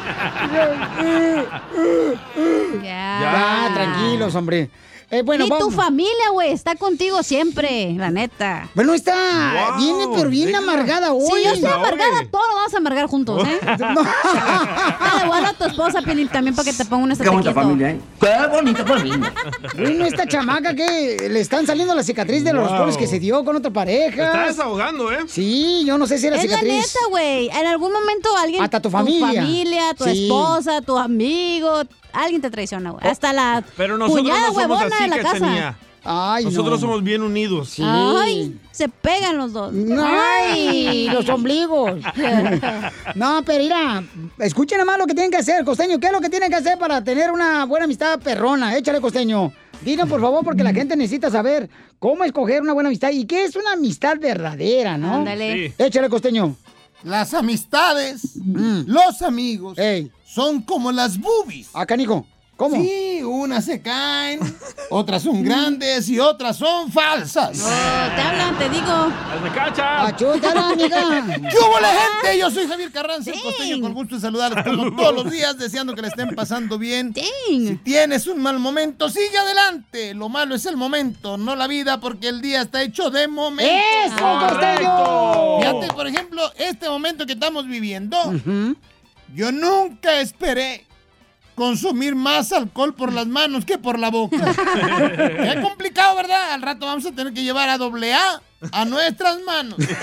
Ya.
Ya, tranquilos, hombre. Eh, bueno,
y tu
vamos.
familia, güey, está contigo siempre, la neta.
Bueno, está,
Wow,
viene, pero bien
venga.
amargada hoy.
Si yo estoy
Desahogue.
amargada, todos lo vamos a amargar juntos, ¿eh?
No.
Dale, guarda a tu esposa, Piolín, también para que te ponga un
Qué bonita
quieto.
familia, ¿eh? Qué bonita familia.
Bueno, esta chamaca que le están saliendo las cicatrices de los
Wow.
raspones que se dio con otra
Te estás
pareja.
desahogando, ¿eh?
Sí, yo no sé si era
Es la
cicatriz.
neta, güey. En algún momento alguien...
Hasta tu familia.
Tu familia, tu
Sí.
esposa, tu amigo... Alguien te traiciona, güey. Hasta la
Pero nosotros
cuñada
no somos
huevona
así,
de la casa.
Cachanilla.
Ay,
Nosotros
no.
somos bien unidos.
Sí.
Ay, se pegan los dos.
Ay, los ombligos. No, pero mira, escuchen nada más lo que tienen que hacer, Costeño. ¿Qué es lo que tienen que hacer para tener una buena amistad perrona? Échale, Costeño. Dinos, por favor, porque la gente necesita saber cómo escoger una buena amistad y qué es una amistad verdadera, ¿no?
Ándale.
Sí.
Échale, Costeño.
Las amistades,
Mm.
los amigos,
Ey,
son como las boobies.
acá, Nico. ¿Cómo?
Sí, unas se caen, otras son grandes y otras son falsas.
Oh, te hablan, te digo.
¡Hazme cacha!
Achútala, amiga.
¿Qué hubo, la gente? Yo soy Javier Carranza, el Costeño, con gusto de saludarlos como todos los días, deseando que le estén pasando bien. Si
Dang.
tienes un mal momento, sigue adelante. Lo malo es el momento, no la vida, porque el día está hecho de momentos.
¡Eso,
Correcto.
Costeño!
Fíjate, por ejemplo, este momento que estamos viviendo,
Ujú.
yo nunca esperé consumir más alcohol por las manos que por la boca. Qué complicado, ¿verdad? Al rato vamos a tener que llevar a doble A a nuestras manos.
Sí,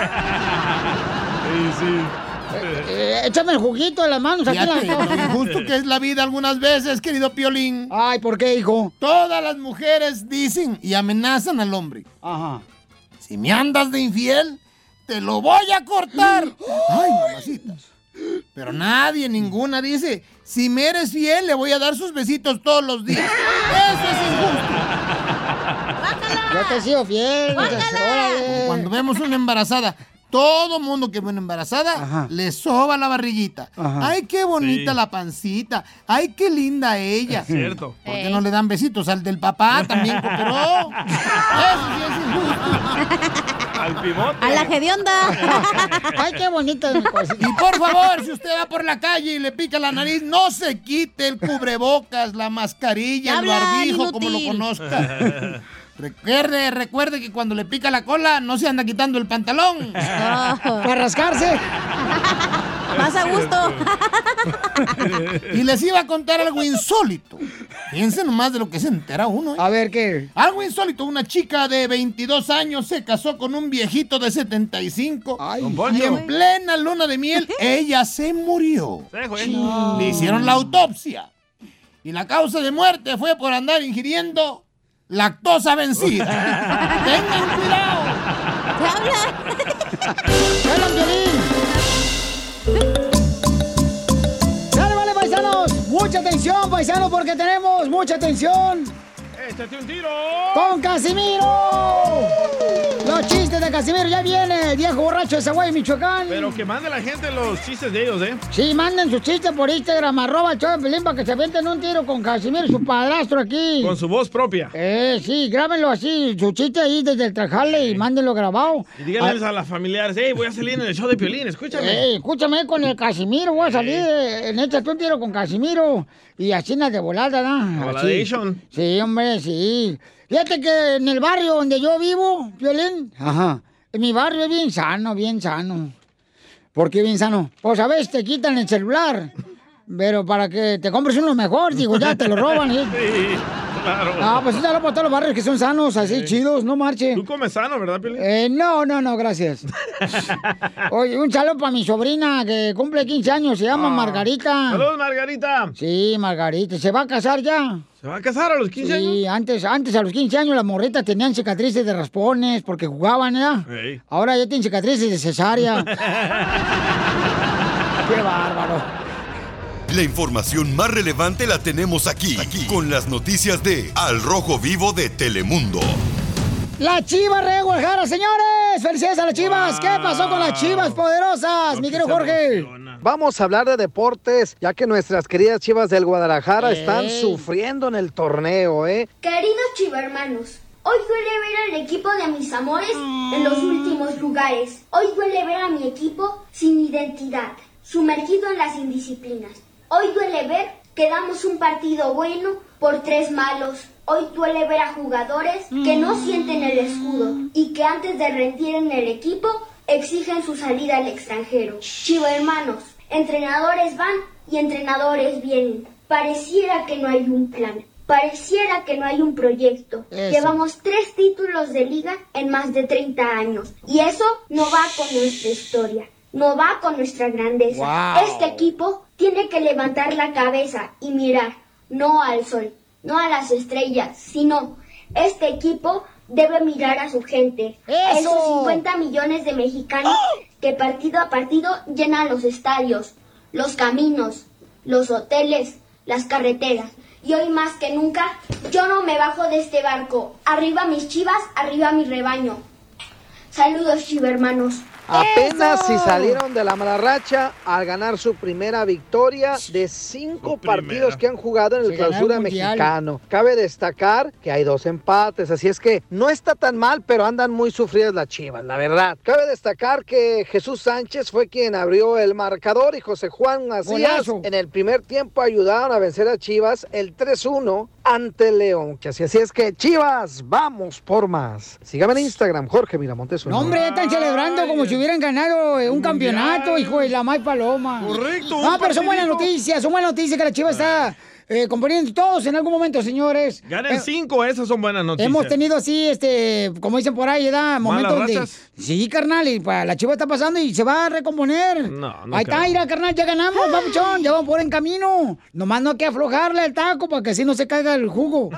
sí.
Eh, eh, échame el juguito de las manos aquí en
Fíjate,
la...
lo injusto que es la vida algunas veces, querido Piolín.
Ay, ¿por qué, hijo?
Todas las mujeres dicen y amenazan al hombre.
Ajá.
Si me andas de infiel, te lo voy a cortar. Ay, mamacitas. Pero nadie, ninguna dice, si me eres fiel, le voy a dar sus besitos todos los días. Eso es injusto.
Yo te he sido fiel.
Como cuando vemos una embarazada, todo mundo que ve una embarazada,
Ajá.
le soba la barriguita.
Ajá.
Ay, qué bonita
Sí.
la pancita. Ay, qué linda ella.
Es cierto.
¿Por qué
Eh.
no le dan besitos al del papá? También cooperó. Eso sí es injusto.
Al pivote.
A la hedionda.
Ay, qué bonita mi cosita.
Y por favor, si usted va por la calle y le pica la nariz, no se quite el cubrebocas, la mascarilla, el
Habla,
barbijo, como lo
inútil.
conozca. Recuerde, recuerde que cuando le pica la cola, no se anda quitando el pantalón.
Para rascarse.
Más a gusto.
Y les iba a contar algo insólito. Fíjense nomás de lo que se entera uno. ¿eh?
A ver, ¿qué?
Algo insólito. Una chica de veintidós años se casó con un viejito de setenta y cinco.
Ay,
Don
Y
Poncho.
en plena luna de miel, ella se murió.
Sí, güey.
Le hicieron la autopsia. Y la causa de muerte fue por andar ingiriendo lactosa vencida. ¡Tengan cuidado!
¡Hola, Piolín! ¡Sale, vale, paisanos! ¡Mucha atención, paisanos, porque tenemos mucha atención!
¡Échate un tiro!
¡Con Casimiro! Los chistes de Casimiro ya viene, el viejo borracho de Zaguay, Michoacán.
Pero que mande la gente los chistes de ellos, ¿eh?
Sí, manden sus chistes por Instagram, arroba el show de Pelín, para que se avienten un tiro con Casimiro, su padrastro aquí.
Con su voz propia.
Eh, sí, grábenlo así, su chiste ahí desde el trajale y mándenlo grabado.
Y díganles a las familiares, hey, voy a salir en el show de Piolín, escúchame.
Eh, escúchame con el Casimiro, voy a salir eh, en Échate un tiro con Casimiro. Y así en de volada, ¿no?
Voladation.
Sí, hombre, sí. Fíjate que en el barrio donde yo vivo, Piolín, ajá, en mi barrio es bien sano, bien sano. ¿Por qué bien sano? Pues a veces te quitan el celular, pero para que te compres uno mejor, digo, ya te lo roban. ¿eh?
Sí, claro.
Ah, pues un saludo para todos los barrios que son sanos, así chidos, no marchen.
Tú comes sano, ¿verdad, Piolín?
Eh, no, no, no, gracias. Oye, un saludo para mi sobrina que cumple quince años, se llama
Ah.
Margarita.
Saludos, Margarita.
Sí, Margarita, ¿se va a casar ya?
¿Se va a casar a los quince años?
Sí, antes, antes a los quince años las morritas tenían cicatrices de raspones porque jugaban, ¿ya?
Ey.
Ahora ya tienen cicatrices de cesárea. ¡Qué bárbaro!
La información más relevante la tenemos aquí, aquí, con las noticias de Al Rojo Vivo de Telemundo.
¡La Chivas Rey Guadalajara, señores! ¡Felicidades a las Chivas! ¿Qué pasó con las Chivas poderosas, mi querido Jorge?
Vamos a hablar de deportes, ya que nuestras queridas Chivas del Guadalajara
Ey.
están sufriendo en el torneo, ¿eh?
Queridos chivermanos, hoy duele ver al equipo de mis amores en los últimos lugares. Hoy duele ver a mi equipo sin identidad, sumergido en las indisciplinas. Hoy duele ver que damos un partido bueno por tres malos. Hoy duele ver a jugadores que no sienten el escudo y que antes de rendir en el equipo exigen su salida al extranjero. Chivermanos, entrenadores van y entrenadores vienen. Pareciera que no hay un plan. Pareciera que no hay un proyecto.
Eso.
Llevamos tres títulos de liga en más de treinta años. Y eso no va con nuestra historia. No va con nuestra grandeza.
Wow.
Este equipo tiene que levantar la cabeza y mirar, no al sol, no a las estrellas, sino este equipo debe mirar a su gente. A
¡Eso!
esos cincuenta millones de mexicanos que partido a partido llenan los estadios, los caminos, los hoteles, las carreteras. Y hoy más que nunca, yo no me bajo de este barco. Arriba mis Chivas, arriba mi rebaño. Saludos, chivermanos.
Apenas
¡Eso!
si salieron de la mala racha al ganar su primera victoria de cinco
Su primera.
partidos que han jugado en el
Se ganaron
clausura
el mundial.
mexicano. Cabe destacar que hay dos empates, así es que no está tan mal, pero andan muy sufridas las Chivas, la verdad. Cabe destacar que Jesús Sánchez fue quien abrió el marcador y José Juan Macías
Golazo.
en el primer tiempo ayudaron a vencer a Chivas el tres uno ante León. Así, así es que Chivas, vamos por más. Sígame en Instagram, Jorge Miramontes.
No, hombre, ya están celebrando como si hubieran ganado eh, un campeonato, hijo de la May Paloma.
Correcto, un
No, pero son buenas
partidito.
noticias, son buenas noticias que la Chiva está eh, componiendo todos en algún momento, señores.
Ganen
Eh,
cinco, esas son buenas noticias.
Hemos tenido así, este, como dicen por ahí, ¿verdad? Momentos
¿Malas
donde...
rachas?
Sí, carnal, y pa- la chiva está pasando y se va a recomponer.
No, no
Ahí
creo.
está, mira, carnal, ya ganamos, papuchón, ya vamos por en camino. Nomás no hay que aflojarle el taco para que así no se caiga el jugo.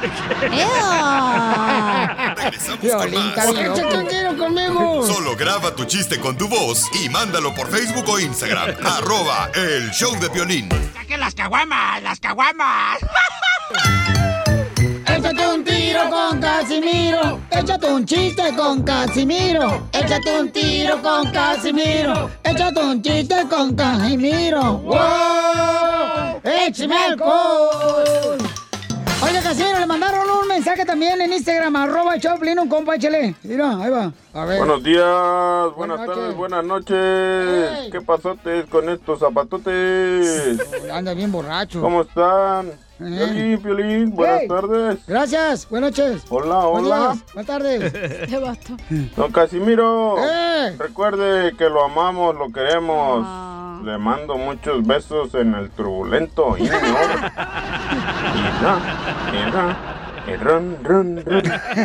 Violín, está bien, échate un tiro conmigo.
Solo graba tu chiste con tu voz y mándalo por Facebook o Instagram. Arroba El Show de Piolín.
¡Saquen las caguamas! ¡Las caguamas!
Échate un tiro con Casimiro. Échate un chiste con Casimiro. Échate un tiro con Casimiro. Échate un chiste con Casimiro. ¡Wow! ¡Échame alcohol! Oye, Casimiro, le mandaron un mensaje también en Instagram, arroba el Choplin, un compa, échale. Mira, ahí va. A ver.
Buenos días, buenas,
noches.
tardes, buenas noches.
Hey.
¿Qué pasotes con estos zapatotes?
Anda bien borracho.
¿Cómo están?
Eh.
Piolín, Piolín, buenas
Hey.
tardes.
Gracias, buenas noches.
Hola,
Buenos
hola.
días, buenas tardes. Qué vato.
Don Casimiro,
Eh.
recuerde que lo amamos, lo queremos. Le mando muchos besos en el turbulento. Y no. Y ra, y ron, ron, ron.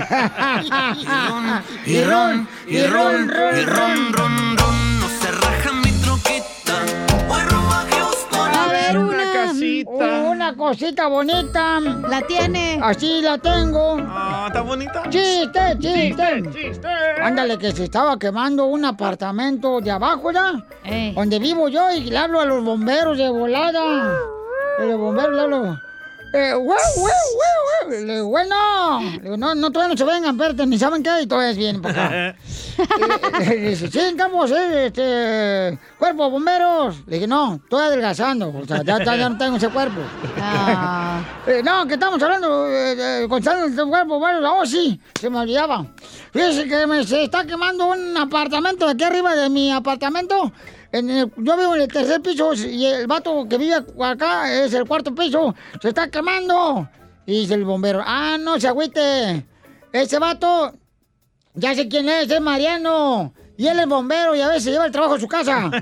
Y ron, y ron, y ron, ron, ron. No se raja mi troquita. Voy rumbo a Houston.
A ver,
una
casita. Una cosita bonita.
La tiene.
Así la tengo.
Ah, ¿está bonita?
Chiste, chiste.
Chiste.
Ándale, que se estaba quemando un apartamento de abajo, ¿ya? Donde vivo yo y le hablo a los bomberos de volada. Y los bomberos le hablo. Eh, güey, güey, güey, güey. Le digo, bueno. Le digo, no, no, todavía no se vengan, espérate, ni saben qué, y todavía vienen para acá. Y, y dice, sí, estamos, eh, este, cuerpo de bomberos. Le dije, no, estoy adelgazando, o sea, ya, ya, ya no tengo ese cuerpo. Eh, no, que estamos hablando, eh, eh, contando el cuerpo, bueno, oh, sí, se me olvidaba. Fíjese que me, se está quemando un apartamento de aquí arriba de mi apartamento. En el- yo vivo en el tercer piso y el vato que vive acá es el cuarto piso. ¡Se está quemando! Y dice el bombero, ah, no se agüite. Ese vato, ya sé quién es, es Mariano. Y él es bombero y a veces lleva el trabajo a su casa.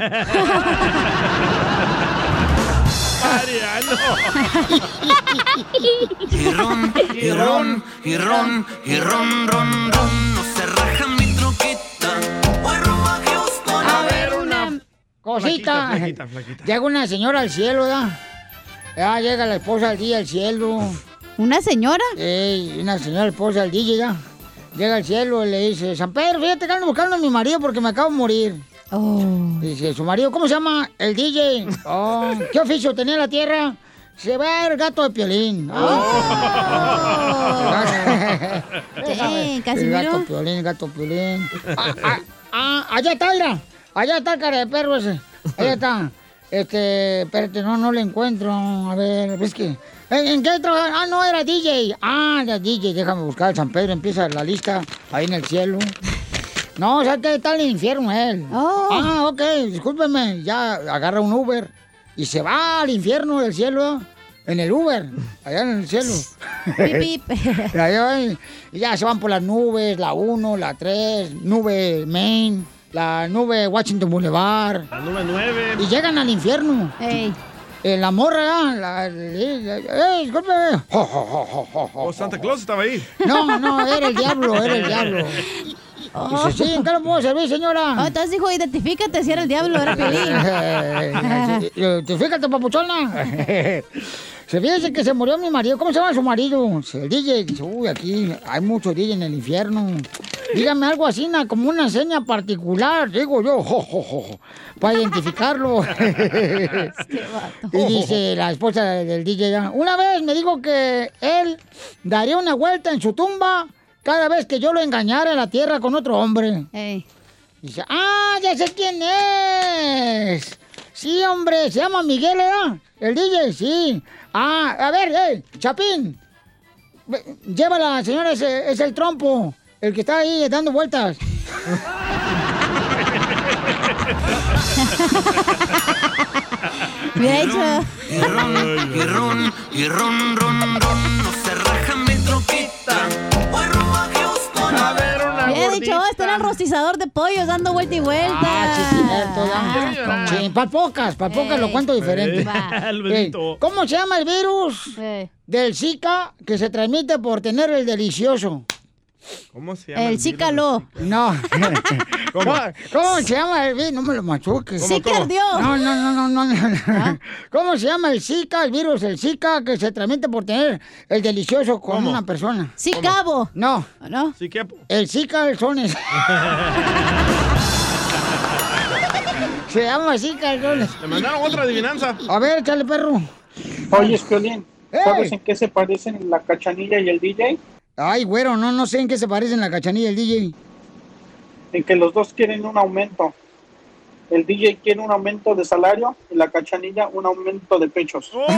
Y ron, y ron, y ron, y ron, ron, ron. No se raja mi troquita. Voy rumbo a Houston.
A ver, una cosita.
Flaquita, flaquita, flaquita.
Llega una señora al cielo, ¿verdad? Ya llega la esposa al día al cielo.
¿Una señora?
Ey, una señora esposa al D J, ya. Llega al cielo y le dice, San Pedro, fíjate que ando buscando a mi marido porque me acabo de morir. Dice, ¿su marido cómo se llama? El D J. Oh, ¿qué oficio tenía en la tierra? Se va el gato de Piolín.
Sí,
El
Casimiro.
gato Piolín, el gato Piolín. Ah, ah, ah, allá está, mira. Allá está el cara de perro ese. Allá está. Este, espérate, no, no lo encuentro. A ver, es que... ¿En, en qué trabaja? Ah, no, era D J. Ah, era D J. Déjame buscar el San Pedro. Empieza la lista ahí en el cielo. No, o sea, que está en el infierno él. Ah, ok, discúlpeme. Ya agarra un Uber y se va al infierno del cielo. En el Uber, allá en el cielo.
Pip, pip.
Allá va, y ya se van por las nubes, la uno, la tres, nube Maine, la nube Washington Boulevard.
La nube nueve.
Y llegan al infierno. Eh, la morra, ¿eh? la, la, la- ¡Ey, discúlpeme! Jo, jo, jo, jo, jo, jo.
Oh, Santa Claus estaba ahí.
No, no, era el diablo, era el diablo. Dice, sí, ¿en qué le puedo servir, señora?
Oh, entonces dijo, identifícate si era el diablo, era Piolín.
Identifícate, papuchona. Se fíjese que se murió mi marido. ¿Cómo se llama su marido? El D J. Dice, uy, aquí hay mucho D J en el infierno. Dígame algo así, na, como una seña particular, digo yo, jo, jo, jo, para identificarlo. Y dice la esposa del D J, una vez me dijo que él daría una vuelta en su tumba cada vez que yo lo engañara en la tierra con otro hombre. Dice, ah, ya sé quién es. Sí, hombre, se llama Miguel, ¿verdad? El D J, sí. Ah, a ver, hey, Chapín. Ve, llévala, señora, ese es el trompo. El que está ahí dando vueltas.
Me ha hecho. Y ron, y ron, y ron, ron, ron. No se raja mi troquita. Voy rumbo a Houston. A ver una
Me ha dicho, oh, está en el rostizador de pollos dando vuelta y vuelta.
Ah, sí, cierto. Ah, sí, para pocas, para pocas
Ey.
lo cuento diferente.
Va. El
Ey,
Benito.
¿cómo se llama el virus
Ey.
del Zika que se transmite por tener el delicioso?
¿Cómo se llama?
El
virus?
Zícalo.
No.
¿Cómo?
¿Cómo, cómo se llama el virus? No me lo machuques.
Sí que ardió.
No, no, no, no, no. no. ¿Cómo se llama el Zika, el virus, el Zika que se transmite por tener el delicioso con
¿Cómo?
una persona?
Sí, cabo.
No.
¿No?
¿Sí qué?
El Zika calzones. Se llama Zika calzones.
Le mandaron otra adivinanza.
A ver, échale, perro.
Oye, Piolín,
¡Ey!
¿sabes en qué se parecen la Cachanilla y el D J?
Ay, güero, no, no sé en qué se parecen la Cachanilla y el D J.
En que los dos quieren un aumento. El D J quiere un aumento de salario y la Cachanilla un aumento de pechos.
¡Oh!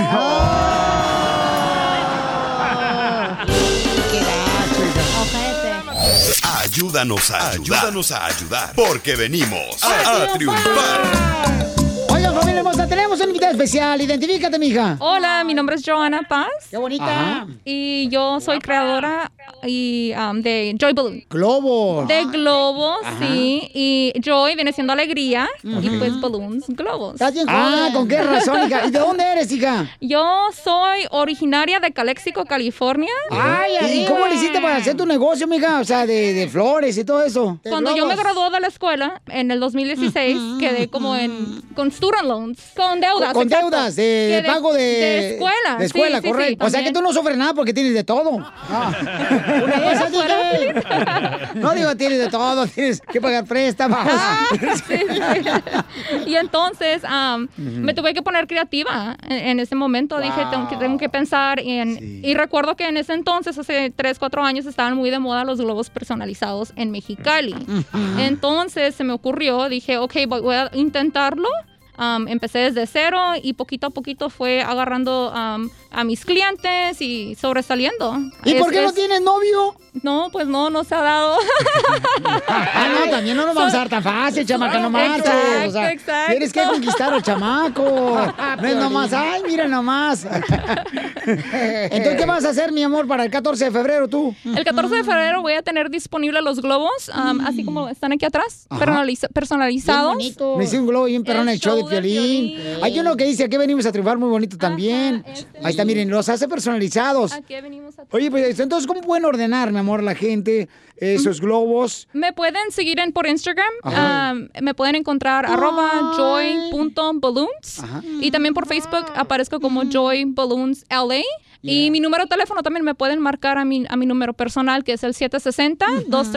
Ayúdanos a ayudar. Ayúdanos a ayudar. Porque venimos a, a triunfar.
Oigan, familia hermosa, tenemos un invitado especial. Identifícate, mija.
Hola, mi nombre es Johanna Paz.
Qué bonita.
Ajá. Y yo soy creadora y, um, de Joy Balloon.
Globos.
De globos,
Ajá.
sí. Y Joy viene siendo alegría.
Ujú.
Y pues balloons, globos.
¿Estás bien ah, ¿con qué razón, hija? ¿Y de dónde eres, hija?
Yo soy originaria de Calexico, California.
Ay, ¿y cómo le hiciste para hacer tu negocio, mija? O sea, de, de flores y todo eso. De
Cuando yo me
globos.
gradué de la escuela, en el dos mil dieciséis, quedé como en con student loans, con deudas.
Con
exacto.
deudas de
Quedé-
pago de...
De escuela.
De escuela,
sí, sí,
correcto.
sí,
o sea que tú no sufres nada porque tienes de todo. Ah. Una cosa,
Eso fuera
dije. No digo tienes de todo, tienes que pagar préstamos.
Ah, sí, sí. Y entonces um, me tuve que poner creativa en, en ese momento.
Wow.
Dije, tengo que, tengo que pensar. En,
Sí.
Y recuerdo que en ese entonces, hace tres, cuatro años, estaban muy de moda los globos personalizados en Mexicali. Entonces se me ocurrió, dije, ok, voy, voy a intentarlo. Um, empecé desde cero y poquito a poquito fue agarrando um, a mis clientes y sobresaliendo.
¿Y
Es-
por qué no
es-
tienes novio?
No, pues no, no se ha dado.
Ah, no, también no nos vamos a dar tan fácil, chamaca, no marches.
Exacto,
O sea,
exacto.
tienes que conquistar al chamaco. No es nomás, ay, mira nomás. Entonces, ¿qué vas a hacer, mi amor, para el catorce de febrero tú?
El catorce de febrero voy a tener disponibles los globos, um, así como están aquí atrás,
Ajá.
personaliza- personalizados.
Me hice un globo bien perrón en el show de
show de
Piolín. Hay uno que dice, aquí venimos a triunfar, muy bonito también. Ahí está, miren, los hace personalizados.
Aquí venimos a-
Oye, pues entonces, ¿cómo pueden ordenar, mi amor, la gente esos globos?
Me pueden seguir en, por Instagram.
Ajá.
um, me pueden encontrar arroba joy.balloons.
Ajá.
Y también por Facebook aparezco como Joy Balloons L A. Y mi número de teléfono también me pueden marcar a mi, a mi número personal, que es el siete seis cero, dos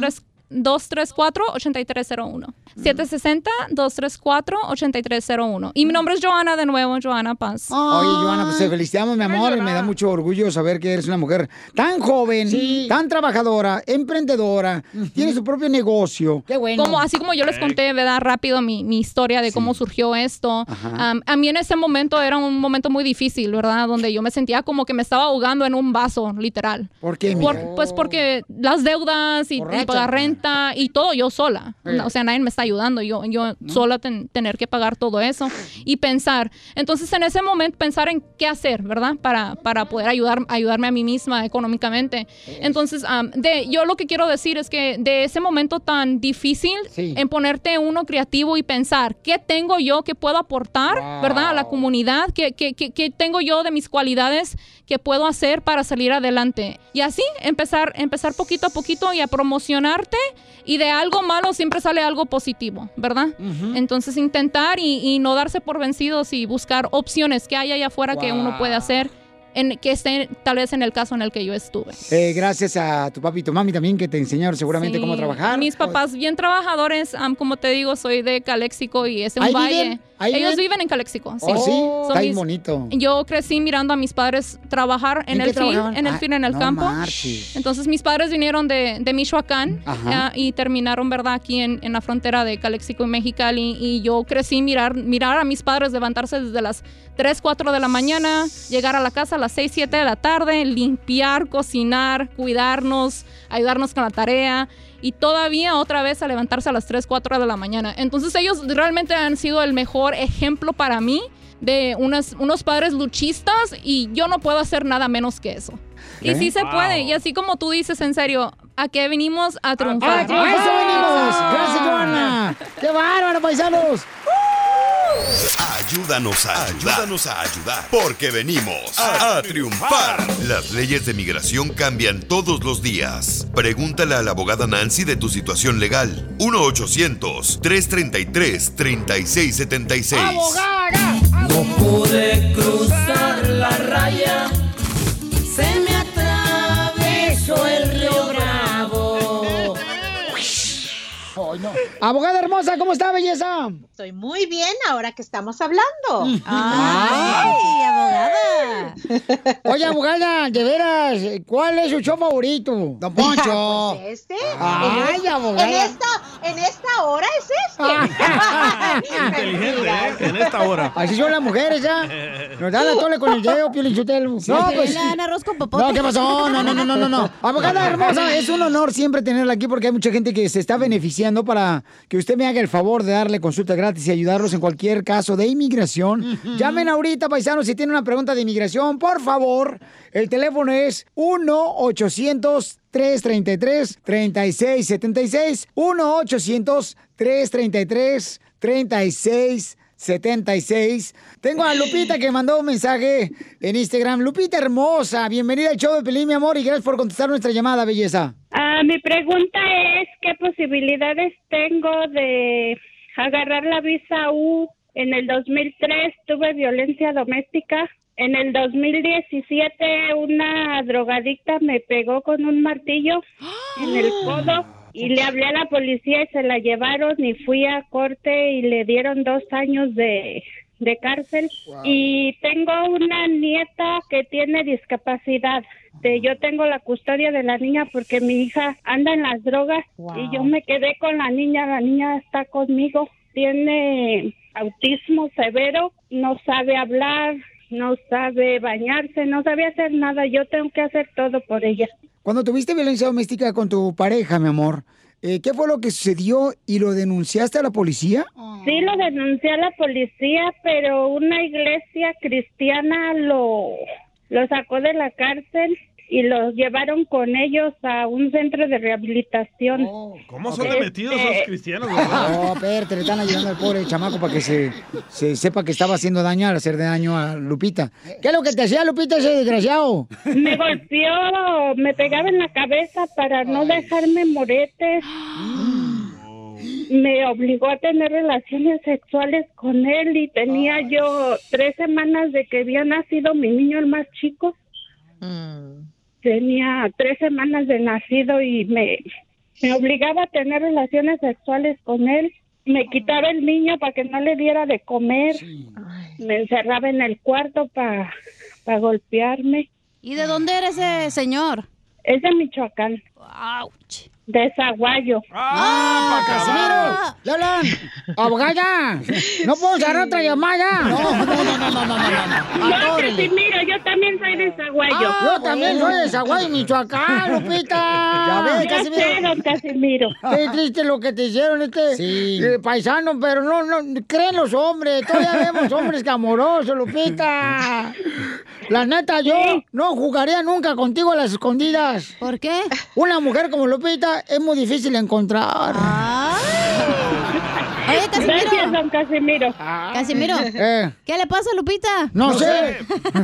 tres cuatro, ocho tres cero uno. siete seis cero, dos tres cuatro, ocho tres cero uno. Y mi nombre es Johanna, de nuevo, Johanna Paz.
Oye, Johanna, pues te felicitamos, mi amor. Me da mucho orgullo saber que eres una mujer tan joven, tan trabajadora, emprendedora, tiene su propio negocio. Qué bueno.
Como, así como yo les conté, ¿verdad? Rápido mi, mi historia de cómo surgió esto. Um, a mí en ese momento era un momento muy difícil, ¿verdad? Donde yo me sentía como que me estaba ahogando en un vaso, literal.
¿Por qué,
Por-
mija?
pues porque las deudas y, y
Borracha.
pagar renta y todo yo sola.
Eh.
O sea, nadie me está ayudando. Yo, yo sola ten- tener que pagar todo eso y pensar. Entonces, en ese momento, pensar en qué hacer, ¿verdad? Para, para poder ayudar, ayudarme a mí misma económicamente. Entonces, um, de, yo lo que quiero decir es que de ese momento tan difícil, en ponerte uno creativo y pensar, ¿qué tengo yo que puedo aportar, ¿verdad? A la comunidad, ¿qué, qué, qué, qué tengo yo de mis cualidades que puedo hacer para salir adelante? Y así, empezar, empezar poquito a poquito y a promocionarte, y de algo malo siempre sale algo positivo, ¿verdad? Entonces, intentar y, y no darse por vencidos y buscar opciones que hay allá afuera que uno puede hacer, en, que esté tal vez en el caso en el que yo estuve.
Eh, gracias a tu papi y tu mami también que te enseñaron seguramente
Sí.
cómo trabajar.
Mis papás bien trabajadores, am, como te digo, soy de Calexico y es un
¿Ahí
valle.
viven? ¿Ahí
Ellos
viven?
viven en Calexico. Sí.
Oh, sí,
Son
está bien
mis-
bonito.
Yo crecí mirando a mis padres trabajar en,
¿En
el
qué
field,
trabajaban?
en el
Ah,
field, en el
no
campo.
marches.
Entonces mis padres vinieron de, de Michoacán,
Ajá.
ah, y terminaron, ¿verdad?, aquí en, en la frontera de Calexico y Mexicali. Y yo crecí mirar, mirar a mis padres levantarse desde las tres, cuatro de la mañana, llegar a la casa a las seis, siete de la tarde, limpiar, cocinar, cuidarnos, ayudarnos con la tarea. Y todavía otra vez a levantarse a las tres, cuatro de la mañana. Entonces ellos realmente han sido el mejor ejemplo para mí de unas, unos padres luchistas, y yo no puedo hacer nada menos que eso. Y
¿Eh?
sí se
Wow.
puede. Y así como tú dices, en serio, ¿A qué venimos? A triunfar.
¡A eso venimos! ¡Gracias, Joana! ¡Qué bárbaro, paisanos!
Ayúdanos a ayudar. Ayúdanos a ayudar. Porque venimos a, a triunfar. Las leyes de migración cambian todos los días. Pregúntale a la abogada Nancy de tu situación legal. uno ochocientos, tres treinta y tres, treinta y seis setenta y seis.
¡Abogada!
No pude cruzar la raya, se me atravesó el río Bravo.
Oh, no. Abogada hermosa, ¿cómo está, belleza?
Estoy muy bien ahora que estamos hablando.
¡Ay,
abogada!
Oye, abogada, de veras, ¿cuál es su show favorito? Don Poncho.
Pues este.
Ay,
en,
abogada.
En esta, en esta hora es este.
Inteligente, ¿eh? En esta hora.
Así son las mujeres, ¿ya? Nos dan la tole con el dedo, Piolín Sotelo. No, pues.
Le dan arroz con popote.
No, ¿qué pasó? No, no, no, no, no, no. Abogada hermosa, es un honor siempre tenerla aquí porque hay mucha gente que se está beneficiando para que usted me haga el favor de darle consulta gratis y ayudarlos en cualquier caso de inmigración. Uh-huh. Llamen ahorita, paisanos, si tienen una pregunta de inmigración, por favor. El teléfono es uno ochocientos, tres treinta y tres, treinta y seis setenta y seis. uno ochocientos, tres treinta y tres, treinta y seis setenta y seis. Tengo a Lupita que mandó un mensaje en Instagram. Lupita hermosa, bienvenida al show de Pelín, mi amor, y gracias por contestar nuestra llamada, belleza.
Ah, mi pregunta es, ¿qué posibilidades tengo de agarrar la visa U? En el dos mil tres tuve violencia doméstica. En el dos mil diecisiete una drogadicta me pegó con un martillo en el codo y le hablé a la policía y se la llevaron y fui a corte y le dieron dos años de, de cárcel. Wow. Y tengo una nieta que tiene discapacidad. De, yo tengo la custodia de la niña porque mi hija anda en las drogas. Wow. Y yo me quedé con la niña. La niña está conmigo. Tiene autismo severo, no sabe hablar, no sabe bañarse, no sabe hacer nada. Yo tengo que hacer todo por ella.
Cuando tuviste violencia doméstica con tu pareja, mi amor, eh, ¿qué fue lo que sucedió y lo denunciaste a la policía?
Sí, lo denuncié a la policía, pero una iglesia cristiana lo, lo sacó de la cárcel y los llevaron con ellos a un centro de rehabilitación.
Oh, ¿cómo son de metidos esos cristianos, verdad?
No, espérate, le están ayudando al pobre chamaco para que se, se sepa que estaba haciendo daño al hacer daño a Lupita. ¿Qué es lo que te hacía, Lupita, ese desgraciado?
Me golpeó, me pegaba en la cabeza para no dejarme moretes. Me obligó a tener relaciones sexuales con él y tenía yo tres semanas de que había nacido mi niño, el más chico. Mm. Tenía tres semanas de nacido y me, me obligaba a tener relaciones sexuales con él. Me quitaba el niño para que no le diera de comer. Sí. Me encerraba en el cuarto para pa golpearme.
¿Y de dónde era ese señor?
Es de Michoacán.
¡Auch!
De Zaguayo.
¡Ah, Casimiro! ¡Lolan! ¡Abogada! ¡No puedo cerrar otra llamada! No, no, no, no, no, no, no, no.
No, Casimiro, yo también soy de Zaguayo.
Ah, yo bueno. también soy de Zaguayo, Michoacán, Lupita. Ya ves, Casimiro.
Ya sé, don Casimiro.
Qué triste lo que te hicieron este sí. eh, paisano, pero no, no, creen los hombres. Todavía vemos hombres que amorosos, Lupita. La neta, yo ¿Sí? no jugaría nunca contigo a las escondidas.
¿Por qué?
Una mujer como Lupita es muy difícil encontrar.
Ah. Oye, Casimiro.
Gracias, don Casimiro.
Ah. Casimiro,
eh.
¿qué le pasa a Lupita?
No, no sé. sé.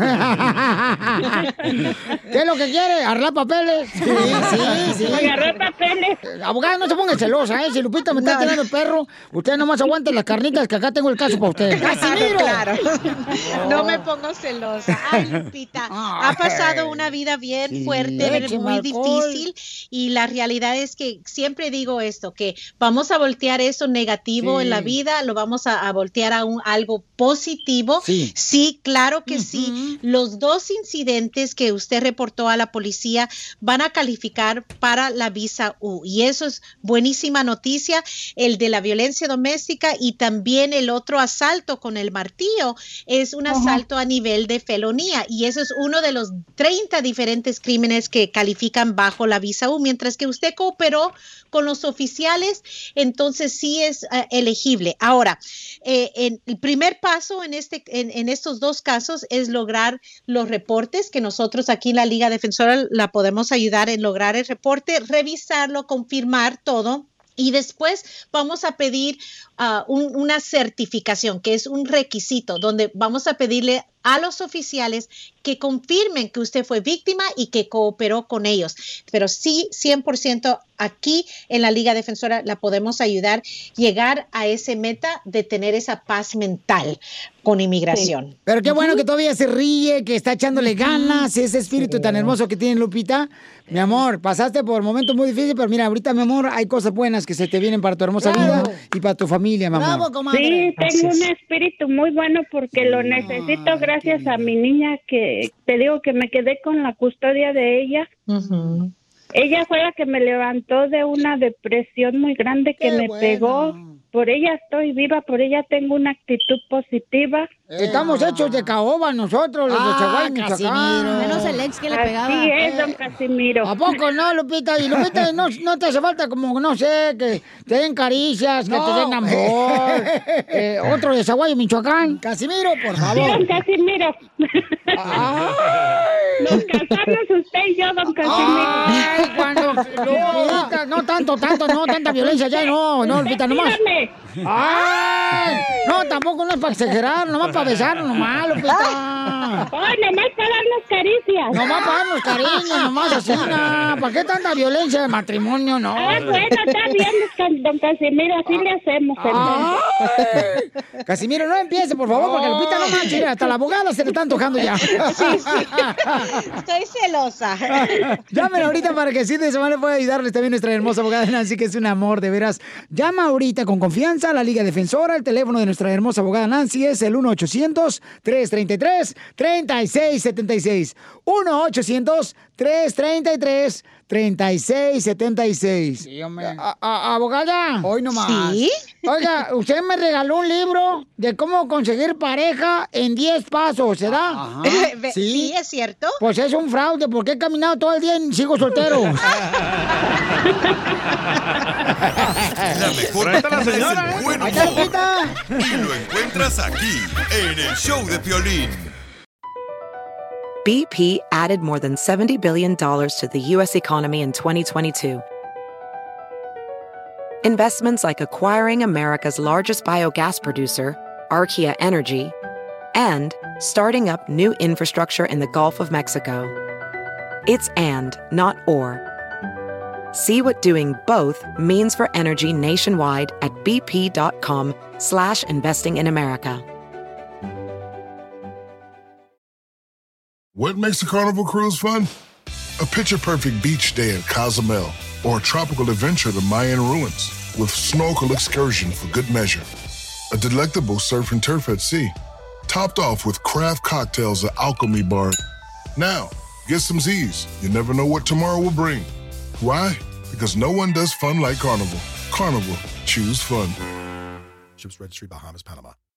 ¿Qué es lo que quiere? ¿Arreglar papeles? Sí,
sí, sí. Agarrar papeles.
Eh, abogada, no se ponga celosa, ¿eh? Si Lupita me está no. tirando el perro, usted nomás aguante las carnitas que acá tengo el caso para usted.
¡Casimiro! Claro. Oh. No me pongo celosa. Ay, Lupita, oh, ha pasado okay. una vida bien sí. fuerte, Eche muy difícil, y la realidad es que siempre digo esto, que vamos a voltear eso negativo sí. en la vida, lo vamos a, a voltear a un, algo positivo. Sí, sí claro que uh-huh. sí. Los dos incidentes que usted reportó a la policía van a calificar para la visa U, y eso es buenísima noticia. El de la violencia doméstica y también el otro asalto con el martillo es un uh-huh. asalto a nivel de felonía, y eso es uno de los treinta diferentes crímenes que califican bajo la visa U, mientras que usted cooperó con los oficiales, entonces sí es uh, elegible elegible. Ahora, eh, en, el primer paso en, este, en, en estos dos casos es lograr los reportes, que nosotros aquí en la Liga Defensora la podemos ayudar en lograr el reporte, revisarlo, confirmar todo. Y después vamos a pedir uh, un, una certificación, que es un requisito, donde vamos a pedirle a los oficiales que confirmen que usted fue víctima y que cooperó con ellos. Pero sí, cien por ciento aquí en la Liga Defensora la podemos ayudar a llegar a ese meta de tener esa paz mental con inmigración.
Sí. Pero qué bueno uh-huh. que todavía se ríe, que está echándole ganas, ese espíritu sí. tan hermoso que tiene Lupita. Mi amor, pasaste por momentos muy difíciles, pero mira, ahorita, mi amor, hay cosas buenas que se te vienen para tu hermosa Bravo. vida y para tu familia, mi amor.
Bravo, comadre. Sí, tengo un espíritu muy bueno porque lo necesito gracias a mi niña, que te digo que me quedé con la custodia de ella. Uh-huh. Ella fue la que me levantó de una depresión muy grande que Qué me bueno. pegó. Por ella estoy viva, por ella tengo una actitud positiva.
Estamos hechos de caoba nosotros, los ah, de Chihuahua, Michoacán.
Menos el ex que le pegaba.
Así es, don Casimiro.
¿A poco no, Lupita? Y Lupita, no, no te hace falta como, no sé, que te den caricias, no. que te den amor. eh, otro de Chihuahua, Michoacán. Casimiro, por favor.
Sí, don Casimiro. Nos casamos usted y yo, don Casimiro.
Ay, cuando Lupita, no tanto, tanto, no, tanta violencia ya, no, no, Lupita, nomás. ¡Ay! No, tampoco no es para exagerar, nomás para besarnos, nomás, Lupita.
¡Ay, nomás para darnos caricias!
Nomás para darnos cariño, nomás así, no. ¿Para qué tanta violencia de matrimonio, no?
Ah, bueno, está bien, don Casimiro, así ah. le hacemos, entonces.
Casimiro, no empiece, por favor, porque Lupita no manche, hasta la abogada se le está antojando ya.
Sí, sí. Estoy celosa.
Llamen ahorita para que sí de semana pueda ayudarles también nuestra hermosa abogada Nancy, que es un amor, de veras. Llama ahorita con confianza a la Liga Defensora. El teléfono de nuestra hermosa abogada Nancy es el uno ochocientos, tres treinta y tres, treinta y seis setenta y seis. uno ochocientos, tres treinta y tres, treinta y seis setenta y seis. Sí, hombre. A, a, abogada. Hoy nomás.
¿Sí?
Oiga, usted me regaló un libro de cómo conseguir pareja en diez pasos, ¿será?
Ajá. ¿Sí? Sí, es cierto.
Pues es un fraude porque he caminado todo el día y sigo soltero.
La mejor es el buen humor. Y lo encuentras aquí, en el show de Piolín.
B P added more than seventy billion dollars to the U S economy in twenty twenty-two. Investments like acquiring America's largest biogas producer, Archaea Energy, and starting up new infrastructure in the Gulf of Mexico. It's and, not or. See what doing both means for energy nationwide at bp.com slash investing in America.
What makes a Carnival cruise fun? A picture-perfect beach day at Cozumel or a tropical adventure to Mayan ruins with snorkel excursion for good measure. A delectable surf and turf at sea, topped off with craft cocktails at Alchemy Bar. Now, get some Z's. You never know what tomorrow will bring. Why? Because no one does fun like Carnival. Carnival. Choose fun.
Ships Registry, Bahamas, Panama.